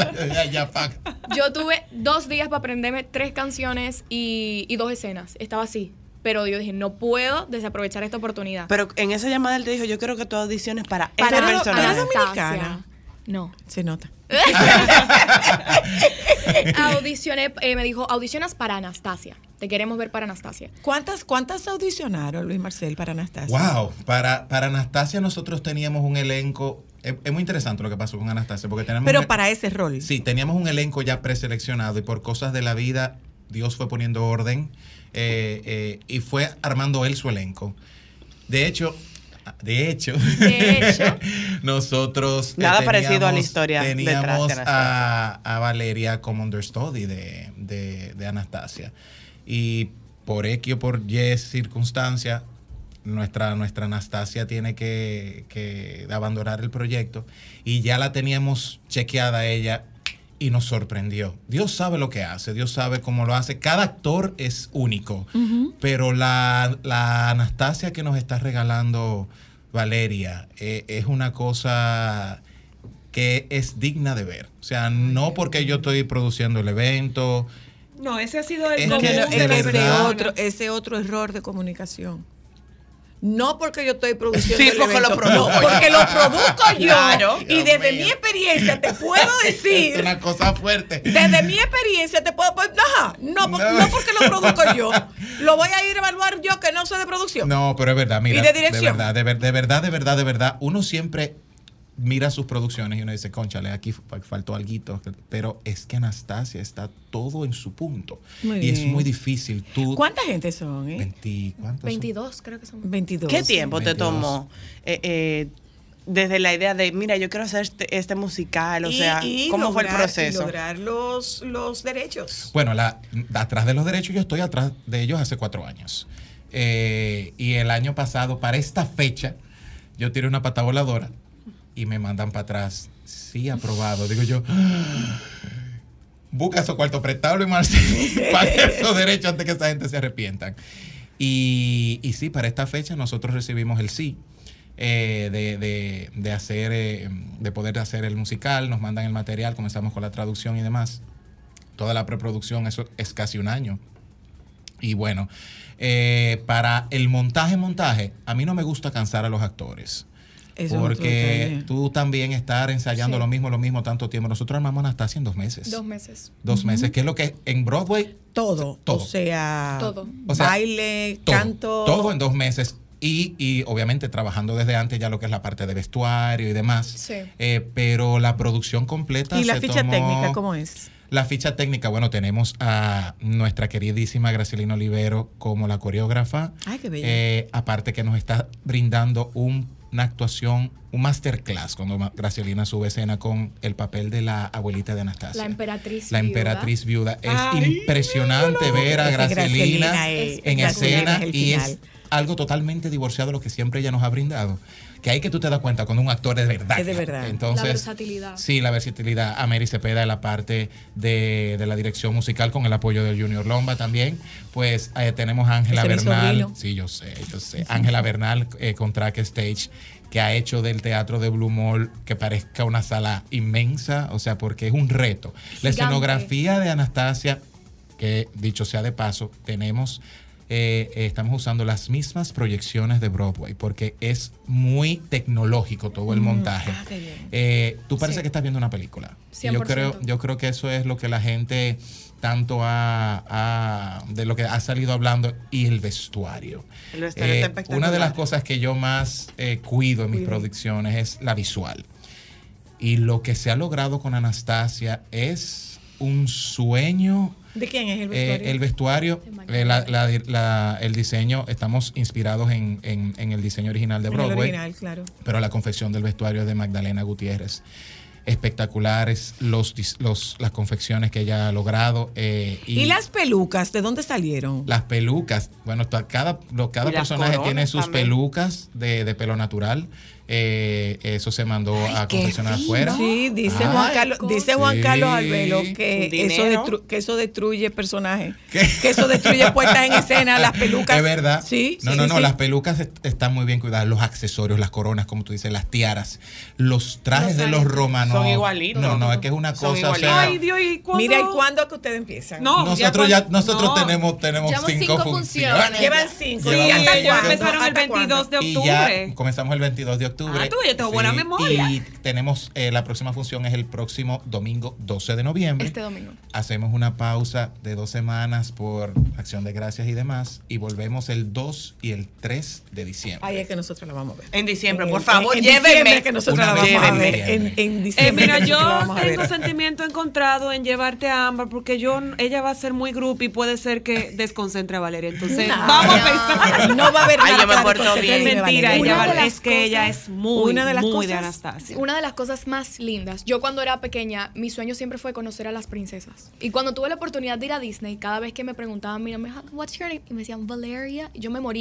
Yo tuve 2 días para aprenderme 3 canciones y 2 escenas. Estaba así. Pero yo dije, no puedo desaprovechar esta oportunidad. Pero en esa llamada él te dijo, yo quiero que tú audiciones para esta persona. ¿Eres dominicana? No. Se nota. Audicioné, me dijo, audicionas para Anastasia. Te queremos ver para Anastasia. ¿Cuántas audicionaron, Luis Marcel, para Anastasia? Wow, para Anastasia nosotros teníamos un elenco. Es muy interesante lo que pasó con Anastasia, porque tenemos. Pero para ese rol. Sí, teníamos un elenco ya preseleccionado, y por cosas de la vida Dios fue poniendo orden, y fue armando él su elenco. De hecho, nosotros nada parecido a la historia teníamos detrás de a Valeria como understudy de Anastasia, y por X o por Y circunstancia nuestra Anastasia tiene que abandonar el proyecto, y ya la teníamos chequeada ella, y nos sorprendió. Dios sabe lo que hace, Dios sabe cómo lo hace. Cada actor es único, pero la Anastasia que nos está regalando Valeria es una cosa que es digna de ver. O sea, no porque yo estoy produciendo el evento. No, ese ha sido el ese otro error de comunicación. No porque yo estoy produciendo el porque evento, lo produzco no, porque lo produzco yo. Claro. Y desde mi experiencia te puedo decir. Es una cosa fuerte. Desde mi experiencia te puedo. No porque lo produzco yo. Lo voy a ir a evaluar yo, que no soy de producción. No, pero es verdad, mira. Y de dirección. De verdad. Uno siempre mira sus producciones y uno dice, cónchale, aquí faltó alguito. Pero es que Anastasia está todo en su punto. Muy y bien. es muy difícil. ¿Cuánta gente son? 22, creo que son. 22. ¿Qué tiempo 22. te tomó desde la idea de, mira, yo quiero hacer este musical? O sea, ¿cómo fue el proceso? Y lograr los derechos. Bueno, atrás de los derechos, yo estoy atrás de ellos hace 4 años. Y el año pasado, para esta fecha, yo tiré una pata voladora y me mandan para atrás. Sí, aprobado. Digo yo, busca esos cuartos prestables, Marcelo, para esos derechos antes que esa gente se arrepientan. Y sí, para esta fecha nosotros recibimos el sí de poder hacer el musical. Nos mandan el material, comenzamos con la traducción y demás. Toda la preproducción, eso es casi un año. Y bueno, para el montaje, a mí no me gusta cansar a los actores. Eso porque tú también estar ensayando lo mismo tanto tiempo. Nosotros armamos Anastasia en 2 meses. 2 meses. 2 meses, que es lo que en Broadway... Todo. O sea, baile, canto... Todo en 2 meses. Y obviamente trabajando desde antes ya lo que es la parte de vestuario y demás. Sí. Pero la producción completa... ¿Y la ficha técnica cómo es? La ficha técnica, bueno, tenemos a nuestra queridísima Gracielina Olivero como la coreógrafa. Ay, qué bello. Aparte que nos está brindando una actuación, un masterclass cuando Gracielina sube escena con el papel de la abuelita de Anastasia. La emperatriz viuda. Es impresionante ver a Gracielina en escena y es algo totalmente divorciado de lo que siempre ella nos ha brindado. Que ahí que tú te das cuenta cuando un actor es de verdad. Es de verdad. Entonces, la versatilidad. Sí, la versatilidad. A Mary Cepeda en la parte de la dirección musical con el apoyo de Junior Lomba también. Pues tenemos a Ángela Bernal. Sí, yo sé. Ángela Bernal con Track Stage, que ha hecho del teatro de Blue Mall que parezca una sala inmensa, o sea, porque es un reto. La escenografía de Anastasia, que dicho sea de paso, estamos usando las mismas proyecciones de Broadway porque es muy tecnológico todo el montaje. Tú parece que estás viendo una película. 100%. Yo creo que eso es lo que la gente tanto de lo que ha salido hablando, y el vestuario. El vestuario está espectacular. Una de las cosas que yo más cuido en mis producciones es la visual. Y lo que se ha logrado con Anastasia es un sueño. ¿De quién es el vestuario? El vestuario, el diseño, estamos inspirados en el diseño original de Broadway. El original, claro. Pero la confección del vestuario es de Magdalena Gutiérrez. Espectaculares las confecciones que ella ha logrado. ¿Y las pelucas? ¿De dónde salieron? Las pelucas. Bueno, cada personaje tiene sus también. Pelucas de pelo natural. Eso se mandó a confeccionar afuera. Sí, dice Juan Carlos Albelo que eso destruye personajes. Que eso destruye puestas en escena, las pelucas. Es verdad. Sí, no, las pelucas están muy bien cuidadas, los accesorios, las coronas, como tú dices, las tiaras, los trajes de los romanos. Son igualitos. No, es que es una cosa, o sea. Ay, Dios, ¿y cuándo? Mira, ¿y cuándo es que ustedes empiezan? Nosotros tenemos 5 funciones. Llevan 5. Sí, ellos empezaron el 22 de octubre. Y ya comenzamos el 22 de octubre. Tú ya tengo buena memoria. Y tenemos la próxima función es el próximo domingo 12 de noviembre. Este domingo. Hacemos una pausa de 2 semanas por Acción de Gracias y demás, y volvemos el 2 y el 3 de diciembre. Ahí es que nosotros la vamos a ver. En diciembre, por favor, llévenme. Que nosotros la vamos a ver. En diciembre. Mira, yo tengo sentimiento encontrado en llevarte a Ámbar porque ella va a ser muy grupo y puede ser que desconcentre a Valeria. Entonces, vamos a pensar. No va a haber nada. Yo me porto bien. Mentira, ella es muy de Anastasia. Una de las cosas más lindas. Yo cuando era pequeña, mi sueño siempre fue conocer a las princesas. Y cuando tuve la oportunidad de ir a Disney, cada vez que me preguntaban, mira, what's your name? Y me decían Valeria, y yo me moría.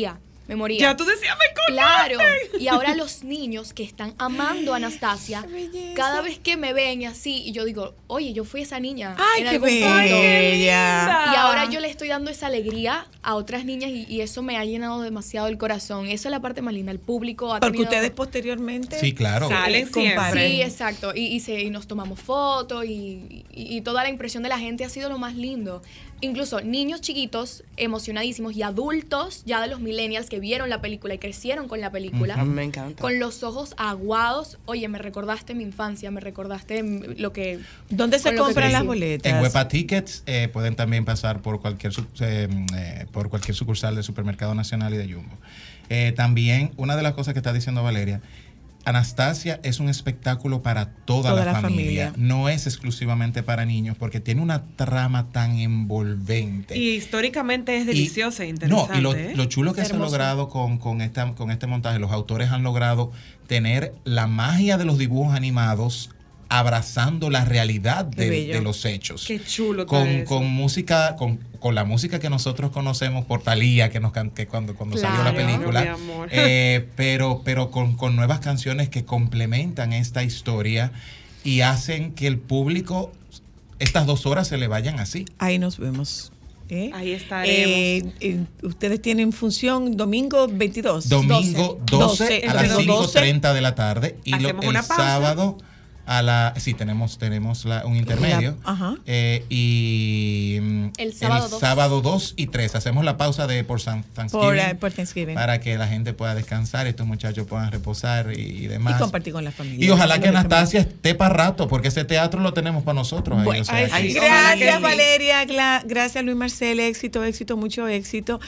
Me moría. Ya tú decías, me conocen. Claro. Y ahora los niños que están amando a Anastasia, cada vez que me ven y así, y yo digo, oye, yo fui esa niña. ¡Ay, en qué algún punto. bella! Y ahora yo le estoy dando esa alegría a otras niñas y eso me ha llenado demasiado el corazón. Eso es la parte más linda. El público ha Porque tenido... ustedes posteriormente Sí, claro. Salen siempre. Sí, exacto. Y nos tomamos fotos y toda la impresión de la gente ha sido lo más lindo. Incluso niños chiquitos emocionadísimos y adultos ya de los millennials que vieron la película y crecieron con la película. A mí me encanta. Con los ojos aguados. Oye, me recordaste mi infancia, me recordaste lo que... ¿Dónde se con lo que compran las crecí. boletas? En Huepa Tickets pueden también pasar por cualquier sucursal del Supermercado Nacional y de Jumbo. También, una de las cosas que está diciendo Valeria, Anastasia es un espectáculo para toda la familia. No es exclusivamente para niños porque tiene una trama tan envolvente. Y históricamente es deliciosa e interesante. No, y lo chulo que se ha logrado con este montaje, los autores han logrado tener la magia de los dibujos animados abrazando la realidad de los hechos. Qué chulo. Con música, con la música que nosotros conocemos por Thalía, que cuando salió la película, mi amor. pero con nuevas canciones que complementan esta historia y hacen que el público estas 2 horas se le vayan así. Ahí nos vemos. Ahí estaremos. Ustedes tienen función domingo 22. Domingo 12 a las 5:30 de la tarde y Hacemos el una pausa. sábado sí tenemos un intermedio y El sábado sábado 2 y 3 hacemos la pausa por Thanksgiving, por Thanksgiving para que la gente pueda descansar, estos muchachos puedan reposar y demás y compartir con la familia. Y ojalá que Anastasia esté para rato porque ese teatro lo tenemos para nosotros ahí, Gracias Valeria, gracias Luis Marcel, éxito, mucho éxito.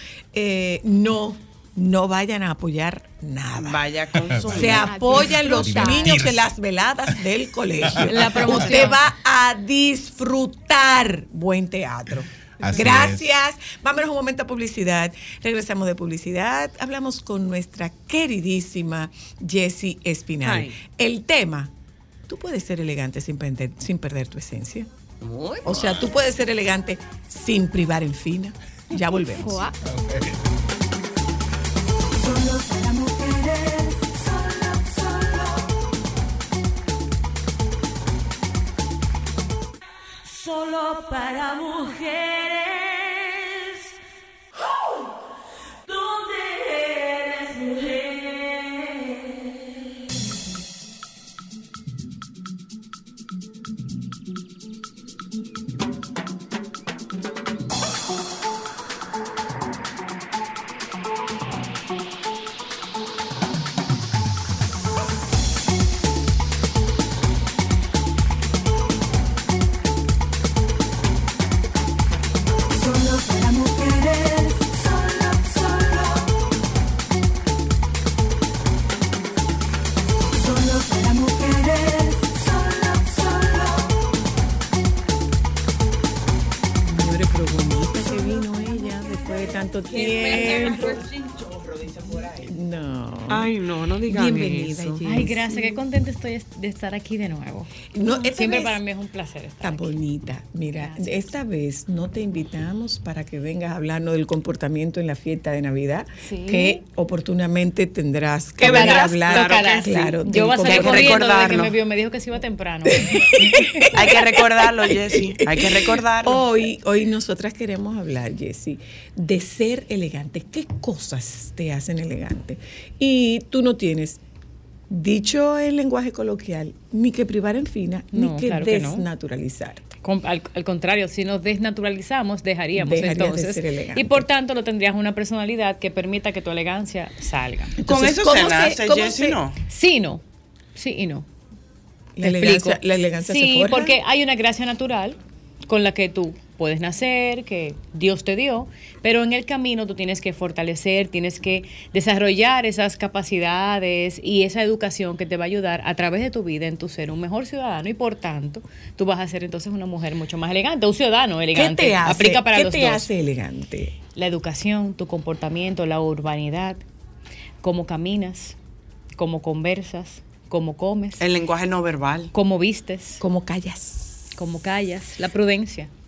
No vayan a apoyar nada. Vaya con su... Se apoyan los Divertirse. niños en las veladas del colegio. La promoción. Usted va a disfrutar buen teatro. Así Gracias. Vámonos un momento a publicidad. Regresamos de publicidad. Hablamos con nuestra queridísima Jessie Espinal. Ay. El tema, tú puedes ser elegante sin perder tu esencia. Muy O sea, tú puedes ser elegante sin privar en fina. Ya volvemos. Joa. Solo para mujeres, solo para mujeres. ¿Dónde eres mujer? Solo para mujeres, solo para mujeres, Señores, pero bonita que vino ella después de tanto tiempo. No. Ay, no digan Bienvenida, eso. Jessie. Ay, gracias, qué contenta estoy de estar aquí de nuevo. No, esta Siempre vez para mí es un placer estar está aquí. bonita. Mira, Gracias. esta vez no te invitamos para que vengas a hablarnos del comportamiento en la fiesta de Navidad, Sí. que oportunamente tendrás que Que venir a vendrás, hablar. Tocará, sí. Claro, Yo voy a salir hay que corriendo desde que recordarlo. me vio, me dijo que se iba temprano. Hay que recordarlo, Jessie. Hay que recordarlo. Hoy nosotras queremos hablar, Jessie, de ser elegante. ¿Qué cosas te hacen elegante? Y tú no tienes, dicho en lenguaje coloquial, ni que privar en fina, No, ni que claro que no. desnaturalizarte. Al contrario, si nos desnaturalizamos, dejaríamos Dejarías de entonces. ser elegante. Y por tanto, no tendrías una personalidad que permita que tu elegancia salga. Con Entonces, eso ¿cómo se nace, cómo Jessie, ¿no? Sí, no. Sí y no. La Te elegancia, explico. la elegancia se Sí, forja. porque hay una gracia natural con la que tú puedes nacer, que Dios te dio, pero en el camino tú tienes que fortalecer, tienes que desarrollar esas capacidades y esa educación que te va a ayudar a través de tu vida en tu ser un mejor ciudadano y por tanto tú vas a ser entonces una mujer mucho más elegante, un ciudadano ¿Qué elegante. te hace, Aplica para ¿qué los te dos. hace elegante? La educación, tu comportamiento, la urbanidad, cómo caminas, cómo conversas, cómo comes, El lenguaje no verbal. cómo vistes, ¿Cómo callas? cómo callas, la prudencia.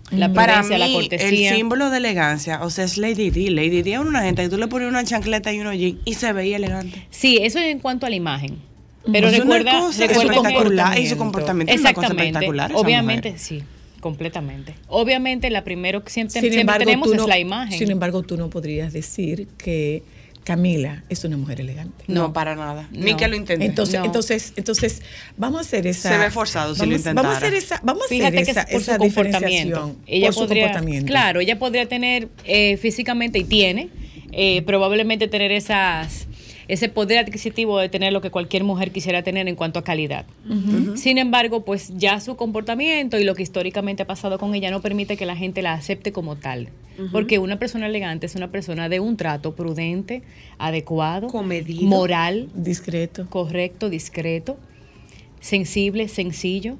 la Para prudencia, la mí, cortesía. el símbolo de elegancia, o sea, es Lady D. Lady D es una gente que tú le pones una chancleta y unos jeans y se veía elegante. Sí, eso es en cuanto a la imagen. Pero Es una recuerda, cosa recuerda espectacular, y su comportamiento es una cosa exactamente. espectacular. esa Obviamente, mujer. sí, completamente. Obviamente, la primero que siempre Sin embargo, tenemos tú es no- la imagen. Sin embargo, tú no podrías decir que Camila es una mujer elegante. No, para nada. Ni No. que lo intente. Entonces, No. entonces, vamos a hacer esa. Se ve forzado si lo vamos, intentara. Vamos a hacer esa, vamos a hacer Fíjate que esa, es por esa su comportamiento. diferenciación. Ella por su podría, comportamiento. claro, ella podría tener físicamente y tiene probablemente tener ese poder adquisitivo de tener lo que cualquier mujer quisiera tener en cuanto a calidad. Sin embargo, pues ya su comportamiento y lo que históricamente ha pasado con ella no permite que la gente la acepte como tal. Porque una persona elegante es una persona de un trato prudente, adecuado, Comedido. moral, Discreto. correcto, discreto, sensible, sencillo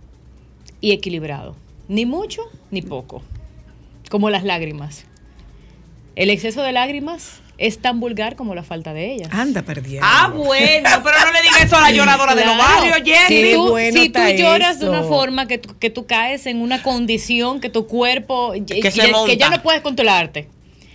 y equilibrado. Ni mucho ni poco. Como las lágrimas. El exceso de lágrimas es tan vulgar como la falta de ellas. Anda, perdiendo. Bueno, pero no le digas eso a la lloradora de los Claro. barrios, Jenny. Si tú, bueno si tú está lloras de una eso. forma que tú caes en una condición que tu cuerpo Que se monta. que ya no puedes controlarte,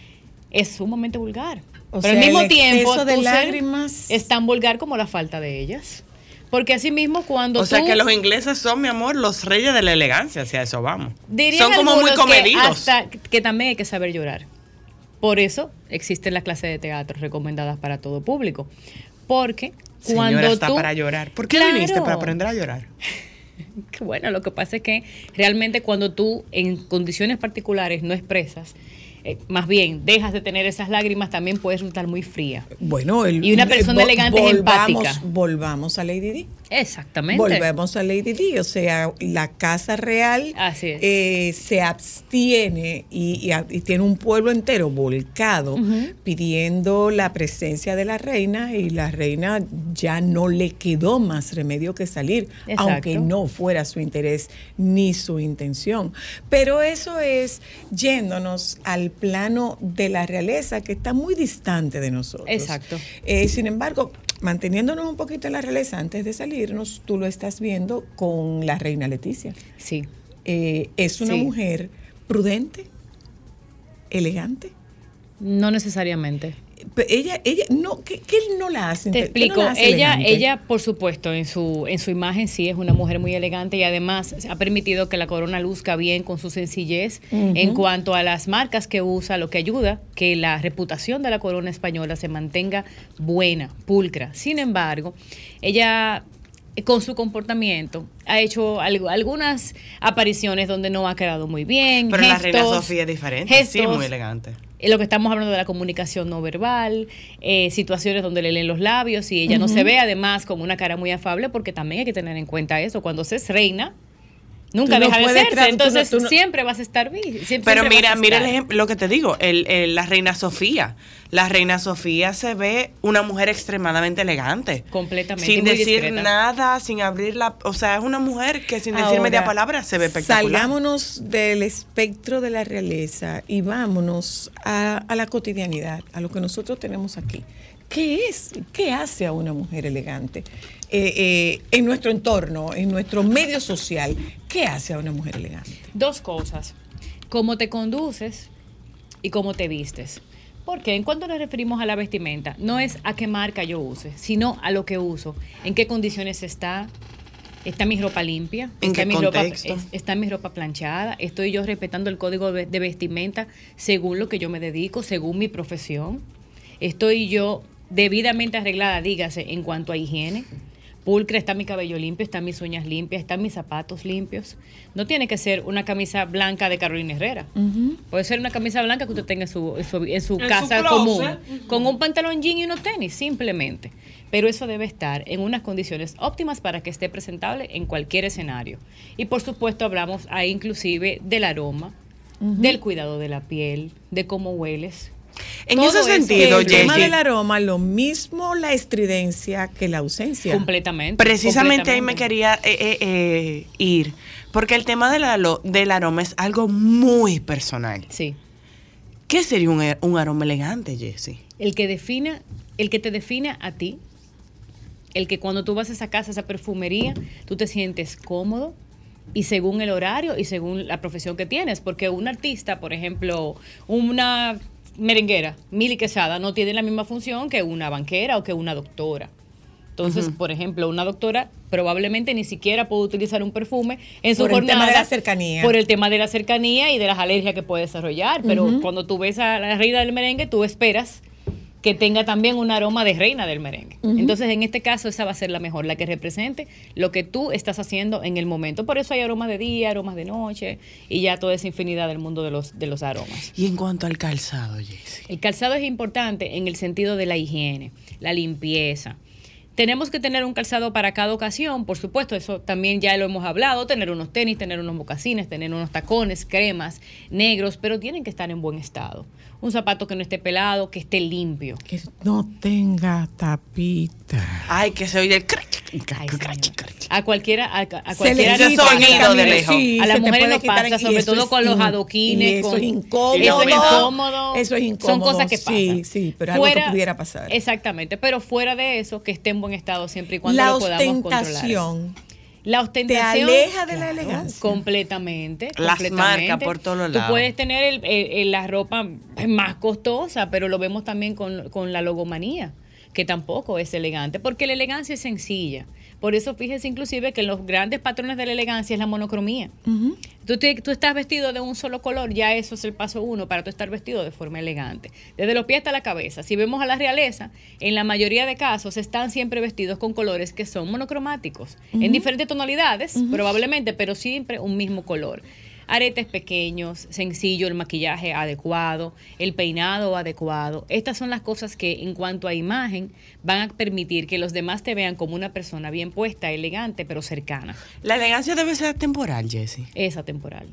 es sumamente vulgar. O Pero sea, al mismo el tiempo exceso de tu ser lágrimas- es tan vulgar como la falta de ellas. Porque así mismo cuando O sea tú que los ingleses son, mi amor, los reyes de la elegancia, si a eso vamos. dirían Son como muy algunos que comedidos. hasta que también hay que saber llorar. Por eso existen las clases de teatro recomendadas para todo público. Porque cuando Señora, está tú para llorar. ¿Por qué Claro. viniste? Para aprender a llorar. Que bueno, lo que pasa es que realmente cuando tú en condiciones particulares no expresas, más bien dejas de tener esas lágrimas, también puedes resultar muy fría. Bueno, Y una persona elegante es empática. Volvamos a Lady Di. Exactamente. Volvemos a Lady Di. O sea, la Casa Real Así es. se abstiene y tiene un pueblo entero volcado pidiendo la presencia de la reina, y la reina ya no le quedó más remedio que salir, Exacto. aunque no fuera su interés ni su intención. Pero eso es yéndonos al plano de la realeza, que está muy distante de nosotros. Exacto. Sin embargo, manteniéndonos un poquito en la realeza, antes de salirnos, tú lo estás viendo con la reina Leticia. Sí. Es una Sí. mujer prudente, elegante. No necesariamente. Ella no, ¿qué no la hace? Te ¿Qué no explico, la hace elegante? ella por supuesto en su imagen sí es una mujer muy elegante, y además ha permitido que la corona luzca bien con su sencillez en cuanto a las marcas que usa, lo que ayuda que la reputación de la corona española se mantenga buena, pulcra. Sin embargo, ella con su comportamiento ha hecho algunas apariciones donde no ha quedado muy bien. Pero la reina gestos- Sofía es diferente. Sí, gestos, muy elegante. lo que estamos hablando de la comunicación no verbal, situaciones donde le leen los labios y ella no se ve además con una cara muy afable, porque también hay que tener en cuenta eso. Cuando se es reina, nunca Tú no deja de puedes serse. tú no- Entonces tú no- siempre vas a estar bien. Pero mira el ejemplo, lo que te digo, la reina Sofía. La reina Sofía se ve una mujer extremadamente elegante. Completamente, y Sin muy decir discreta. nada, sin abrir la... O sea, es una mujer que sin decir Ahora, media palabra se ve espectacular. Salgámonos del espectro de la realeza y vámonos a la cotidianidad, a lo que nosotros tenemos aquí. ¿Qué hace a una mujer elegante? En nuestro entorno, en nuestro medio social, ¿qué hace a una mujer elegante? Dos cosas: cómo te conduces y cómo te vistes. Porque en cuanto nos referimos a la vestimenta, no es a qué marca yo use, sino a lo que uso, en qué condiciones está mi ropa limpia, ¿En está qué mi ropa, contexto? está mi ropa planchada, estoy yo respetando el código de vestimenta según lo que yo me dedico, según mi profesión, estoy yo debidamente arreglada, dígase, en cuanto a higiene. Pulcra, está mi cabello limpio, están mis uñas limpias, están mis zapatos limpios. No tiene que ser una camisa blanca de Carolina Herrera. Puede ser una camisa blanca que usted tenga en su casa closet. común, con un pantalón jean y unos tenis, simplemente. Pero eso debe estar en unas condiciones óptimas para que esté presentable en cualquier escenario. Y por supuesto hablamos ahí inclusive del aroma, del cuidado de la piel, de cómo hueles. En Todo ese eso. sentido, El tema Jessie, del aroma, lo mismo la estridencia que la ausencia. Completamente. precisamente ahí me completamente. quería ir, porque el tema del aroma es algo muy personal. Sí. ¿Qué sería un aroma elegante, Jessie? El que te defina a ti, el que cuando tú vas a esa casa, esa perfumería, tú te sientes cómodo, y según el horario y según la profesión que tienes, porque un artista, por ejemplo, una merenguera, Mili Quesada, no tiene la misma función que una banquera o que una doctora. Entonces, por ejemplo, una doctora probablemente ni siquiera puede utilizar un perfume en su jornada. Por el tema de la cercanía. Por el tema de la cercanía y de las alergias que puede desarrollar. Pero cuando tú ves a la reina del merengue, tú esperas que tenga también un aroma de reina del merengue. Entonces, en este caso, esa va a ser la mejor, la que represente lo que tú estás haciendo en el momento. Por eso hay aromas de día, aromas de noche y ya toda esa infinidad del mundo de los aromas. Y en cuanto al calzado, Jessie. El calzado es importante en el sentido de la higiene, la limpieza. Tenemos que tener un calzado para cada ocasión, por supuesto, eso también ya lo hemos hablado, tener unos tenis, tener unos mocasines, tener unos tacones, cremas, negros, pero tienen que estar en buen estado. Un zapato que no esté pelado, que esté limpio. Que no tenga tapita. Ay, que se oye el crack. A cualquiera ese sonido de lejos. A las mujeres nos pasa, sobre todo con los adoquines. Eso es incómodo. Eso es incómodo. Son cosas que pasan. Sí, pero algo que pudiera pasar. Exactamente, pero fuera de eso, que esté en buen estado siempre y cuando lo podamos controlar. La ostentación te aleja de la elegancia. Completamente. Las marcas por todos lados. Tú puedes tener la ropa más costosa, pero lo vemos también con la logomanía, que tampoco es elegante, porque la elegancia es sencilla. Por eso fíjese inclusive que los grandes patrones de la elegancia es la monocromía. Tú estás vestido de un solo color, ya eso es el paso 1 para tú estar vestido de forma elegante. Desde los pies hasta la cabeza. Si vemos a la realeza, en la mayoría de casos están siempre vestidos con colores que son monocromáticos, en diferentes tonalidades probablemente, pero siempre un mismo color. Aretes pequeños, sencillo, el maquillaje adecuado, el peinado adecuado. Estas son las cosas que en cuanto a imagen van a permitir que los demás te vean como una persona bien puesta, elegante, pero cercana. La elegancia debe ser temporal, Jessie. Esa temporal.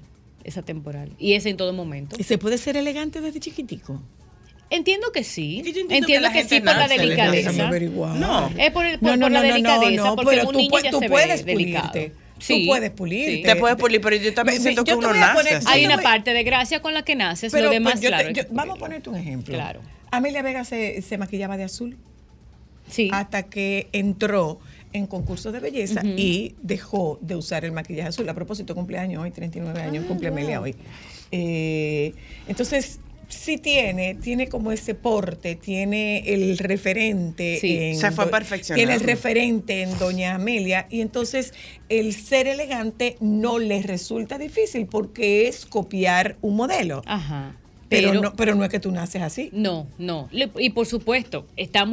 Y es en todo momento. ¿Y se puede ser elegante desde chiquitico? Entiendo que sí. Entiendo que sí por la delicadeza. No. Es por la delicadeza, porque un niño ya se ve delicado. Sí, tú puedes pulirte. Sí. Te puedes pulir, pero yo también siento que uno nace. Hay una parte de gracia con la que naces, pero lo demás, claro. Vamos a ponerte un ejemplo. Claro. Amelia Vega se maquillaba de azul. Sí. Hasta que entró en concursos de belleza y dejó de usar el maquillaje azul. A propósito, cumpleaños hoy, 39 años, cumple Amelia hoy. Entonces, sí tiene como ese porte, tiene el referente. Sí, se fue perfeccionando. Tiene el referente en Doña Amelia y entonces el ser elegante no le resulta difícil porque es copiar un modelo. Ajá. Pero no es que tú naces así. No. Y por supuesto, está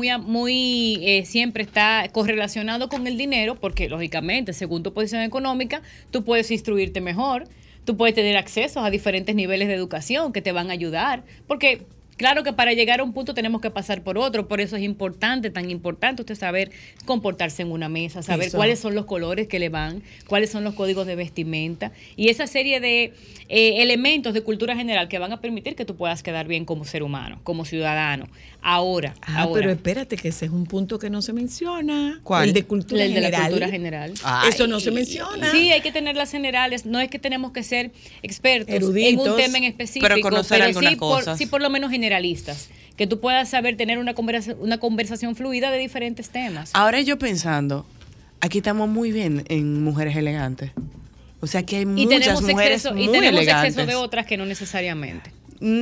siempre está correlacionado con el dinero porque lógicamente, según tu posición económica, tú puedes instruirte mejor. Tú puedes tener acceso a diferentes niveles de educación que te van a ayudar, porque claro que para llegar a un punto tenemos que pasar por otro, por eso es tan importante usted saber comportarse en una mesa, saber cuáles son los colores que le van, cuáles son los códigos de vestimenta y esa serie de elementos de cultura general que van a permitir que tú puedas quedar bien como ser humano, como ciudadano. Ahora. Pero espérate, que ese es un punto que no se menciona. ¿Cuál? El de cultura general. El de la cultura general. Eso no se menciona. Sí, hay que tener las generales. No es que tenemos que ser expertos eruditos, en un tema en específico, pero conocer algunas cosas. Sí, por lo menos generalistas. Que tú puedas saber tener una conversación fluida de diferentes temas. Ahora yo pensando, aquí estamos muy bien en mujeres elegantes. O sea que hay muchas mujeres muy elegantes. Y tenemos exceso de otras que no necesariamente.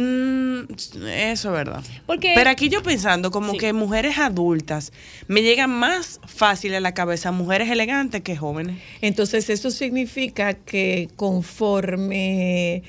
Eso es verdad. Porque, pero aquí yo pensando como que mujeres adultas me llegan más fácil a la cabeza mujeres elegantes que jóvenes. Entonces eso significa que conforme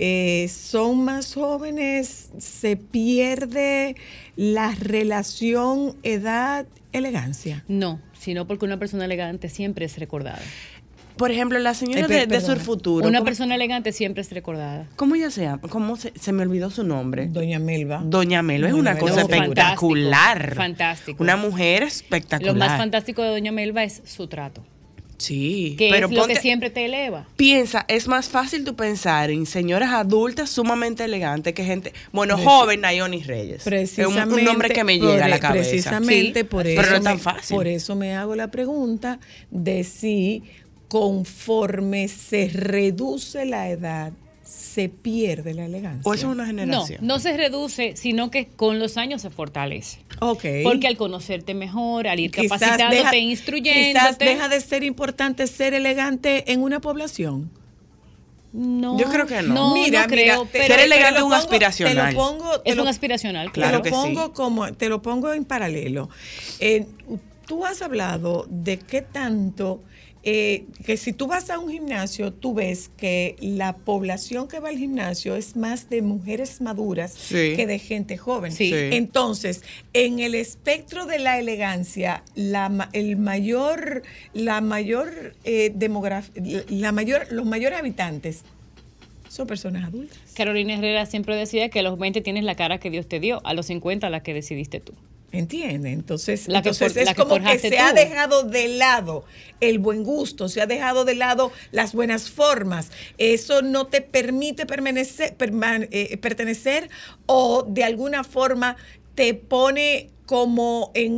son más jóvenes se pierde la relación edad-elegancia. No, sino porque una persona elegante siempre es recordada. Por ejemplo, la señora de Sur Futuro. Una persona elegante siempre es recordada. ¿Cómo ella se llama? ¿Cómo se me olvidó su nombre? Doña Melba. Doña Melba es una cosa espectacular. Fantástico. Una mujer espectacular. Lo más fantástico de Doña Melba es su trato. Sí. Que pero es lo que siempre te eleva. Piensa, es más fácil tú pensar en señoras adultas sumamente elegantes que gente... Bueno, joven Nayoni Reyes. Es un nombre que me llega a la cabeza. Precisamente sí, por eso. Pero no es tan fácil. Por eso me hago la pregunta de si conforme se reduce la edad, se pierde la elegancia. ¿O eso es una generación? No se reduce, sino que con los años se fortalece. Ok. Porque al conocerte mejor, al ir Quizás capacitándote, instruyéndote. Quizás deja de ser importante ser elegante en una población. No, yo creo que no. Mira, creo, pero ser elegante es un aspiracional. Es un aspiracional, claro que sí. Te lo pongo en paralelo. Tú has hablado de qué tanto, que si tú vas a un gimnasio, tú ves que la población que va al gimnasio es más de mujeres maduras que de gente joven. Sí. Entonces, en el espectro de la elegancia, los mayores habitantes son personas adultas. Carolina Herrera siempre decía que a los 20 tienes la cara que Dios te dio, a los 50 la que decidiste tú. ¿Entiende? Entonces es que como que se tú. ha dejado de lado el buen gusto, se ha dejado de lado las buenas formas. Eso no te permite pertenecer o de alguna forma te pone como en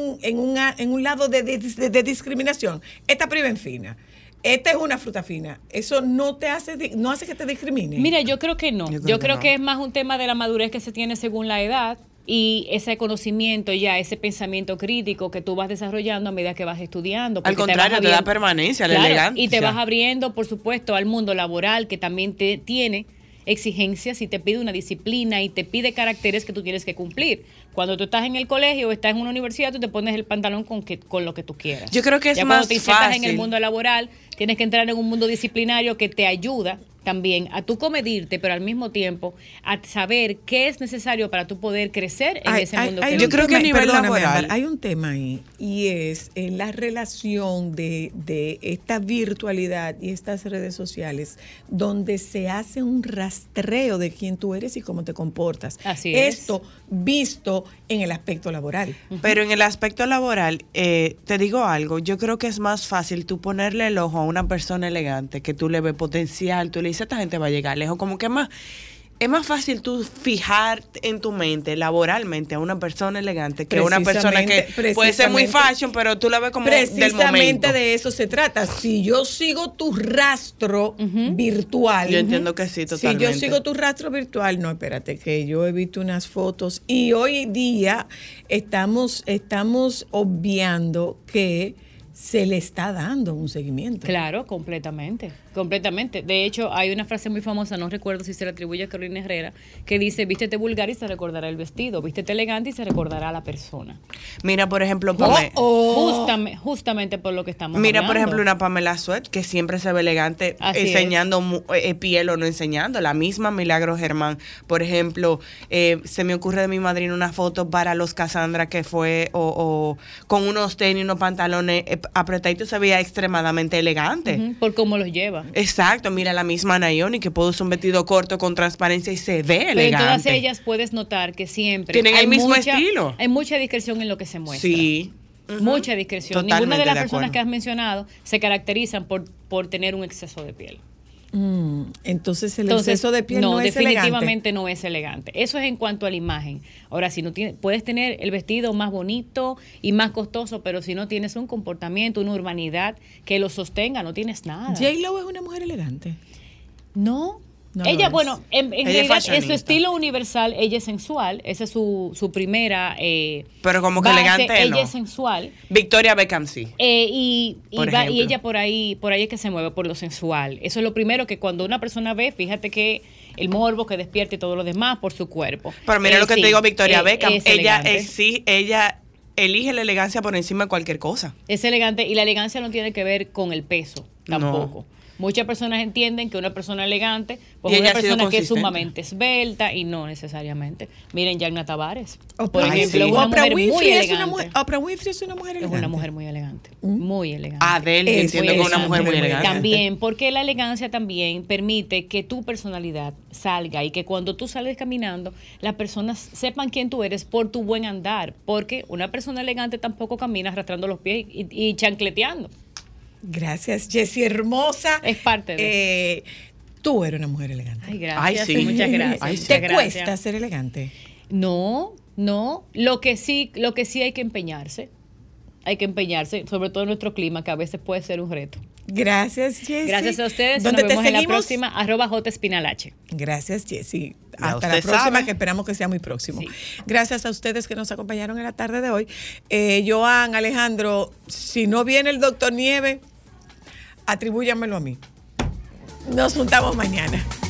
un lado de discriminación. Esta prima en fina. Esta es una fruta fina. Eso no hace que te discrimine. Mira, yo creo que no. Yo creo que es más un tema de la madurez que se tiene según la edad y ese conocimiento ya, ese pensamiento crítico que tú vas desarrollando a medida que vas estudiando. Al contrario, te da permanencia, la elegancia. Y te vas abriendo, por supuesto, al mundo laboral que también tiene exigencias y te pide una disciplina y te pide caracteres que tú tienes que cumplir. Cuando tú estás en el colegio o estás en una universidad, tú te pones el pantalón con lo que tú quieras. Yo creo que es ya más cuando te insertas fácil en el mundo laboral, tienes que entrar en un mundo disciplinario que te ayuda también a tú comedirte, pero al mismo tiempo a saber qué es necesario para tú poder crecer en ese mundo. Yo creo que a nivel laboral hay un tema ahí y es en la relación de esta virtualidad y estas redes sociales donde se hace un rastreo de quién tú eres y cómo te comportas. Así es. Esto visto en el aspecto laboral. Pero en el aspecto laboral, te digo algo, yo creo que es más fácil tú ponerle el ojo a una persona elegante que tú le ves potencial, tú le dices, esta gente va a llegar lejos, como que es más fácil tú fijar en tu mente laboralmente a una persona elegante que a una persona que puede ser muy fashion, pero tú la ves como del momento. Precisamente de eso se trata. Si yo sigo tu rastro virtual. Yo entiendo que sí, totalmente. Si yo sigo tu rastro virtual, no, espérate, que yo he visto unas fotos y hoy día estamos obviando que se le está dando un seguimiento. Claro, completamente. De hecho, hay una frase muy famosa, no recuerdo si se le atribuye a Carolina Herrera, que dice, vístete vulgar y se recordará el vestido, vístete elegante y se recordará a la persona. Mira, por ejemplo, Justamente por lo que estamos mira, hablando. Por ejemplo, una Pamela Suet, que siempre se ve elegante, enseñando piel o no enseñando. La misma Milagros Germán. Por ejemplo, se me ocurre de mi madrina una foto para los Cassandra que fue o con unos tenis, unos pantalones apretaditos, se veía extremadamente elegante. Por cómo los lleva. Exacto, mira la misma Nayoni que puede usar un vestido corto con transparencia y se ve elegante. Pero en todas ellas puedes notar que siempre tienen el mismo estilo. Hay mucha discreción en lo que se muestra. Sí. Mucha discreción. Totalmente. Ninguna de las personas que has mencionado se caracterizan por tener un exceso de piel. Entonces exceso de piel no es definitivamente elegante. No es elegante. Eso es en cuanto a la imagen. Ahora, si no tienes, puedes tener el vestido más bonito y más costoso, pero si no tienes un comportamiento, una urbanidad que lo sostenga, no tienes nada. J-Lo es una mujer elegante. No. No ella, es. bueno, en Ella realidad, es en su fashionista. estilo universal, ella es sensual. Esa es su primera pero como que base, elegante ella no. es sensual. Victoria Beckham sí. Y Por ejemplo. ella por ahí es que se mueve por lo sensual. Eso es lo primero que cuando una persona ve, fíjate que el morbo que despierta y todo lo demás por su cuerpo. Pero mira lo que sí, te digo, Victoria Beckham, es ella elegante. ella elige la elegancia por encima de cualquier cosa. Es elegante y la elegancia no tiene que ver con el peso tampoco. Muchas personas entienden que una persona elegante pues Y es una ella ha sido persona que es consistente. sumamente esbelta y no necesariamente. Miren, Yagna Tavares, por Oprah ejemplo, Winfrey. es una Oprah mujer muy Winfrey es elegante. una mujer. Oprah Winfrey es una mujer Es elegante. una mujer muy elegante, muy elegante. Adele, yo Es entiendo que es una muy mujer muy elegante. elegante. También, porque la elegancia también permite que tu personalidad salga y que cuando tú sales caminando, las personas sepan quién tú eres por tu buen andar, porque una persona elegante tampoco camina arrastrando los pies y chancleteando. Gracias, Jessie hermosa. Es parte de tú eres una mujer elegante. Ay, gracias. Ay, sí. Muchas gracias. Ay, sí. muchas ¿Te gracias. cuesta ser elegante? No. Lo que sí hay que empeñarse. hay que empeñarse, sobre todo en nuestro clima, que a veces puede ser un reto. Gracias, Jessy. Gracias a ustedes. Nos ¿Dónde te vemos en la seguimos? próxima, @jespinalache. Gracias, Jessy. Ya Hasta la usted próxima, sabe. que esperamos que sea muy próximo. Sí. Gracias a ustedes que nos acompañaron en la tarde de hoy. Joan, Alejandro, si no viene el doctor Nieve, atribúyamelo a mí. Nos juntamos mañana.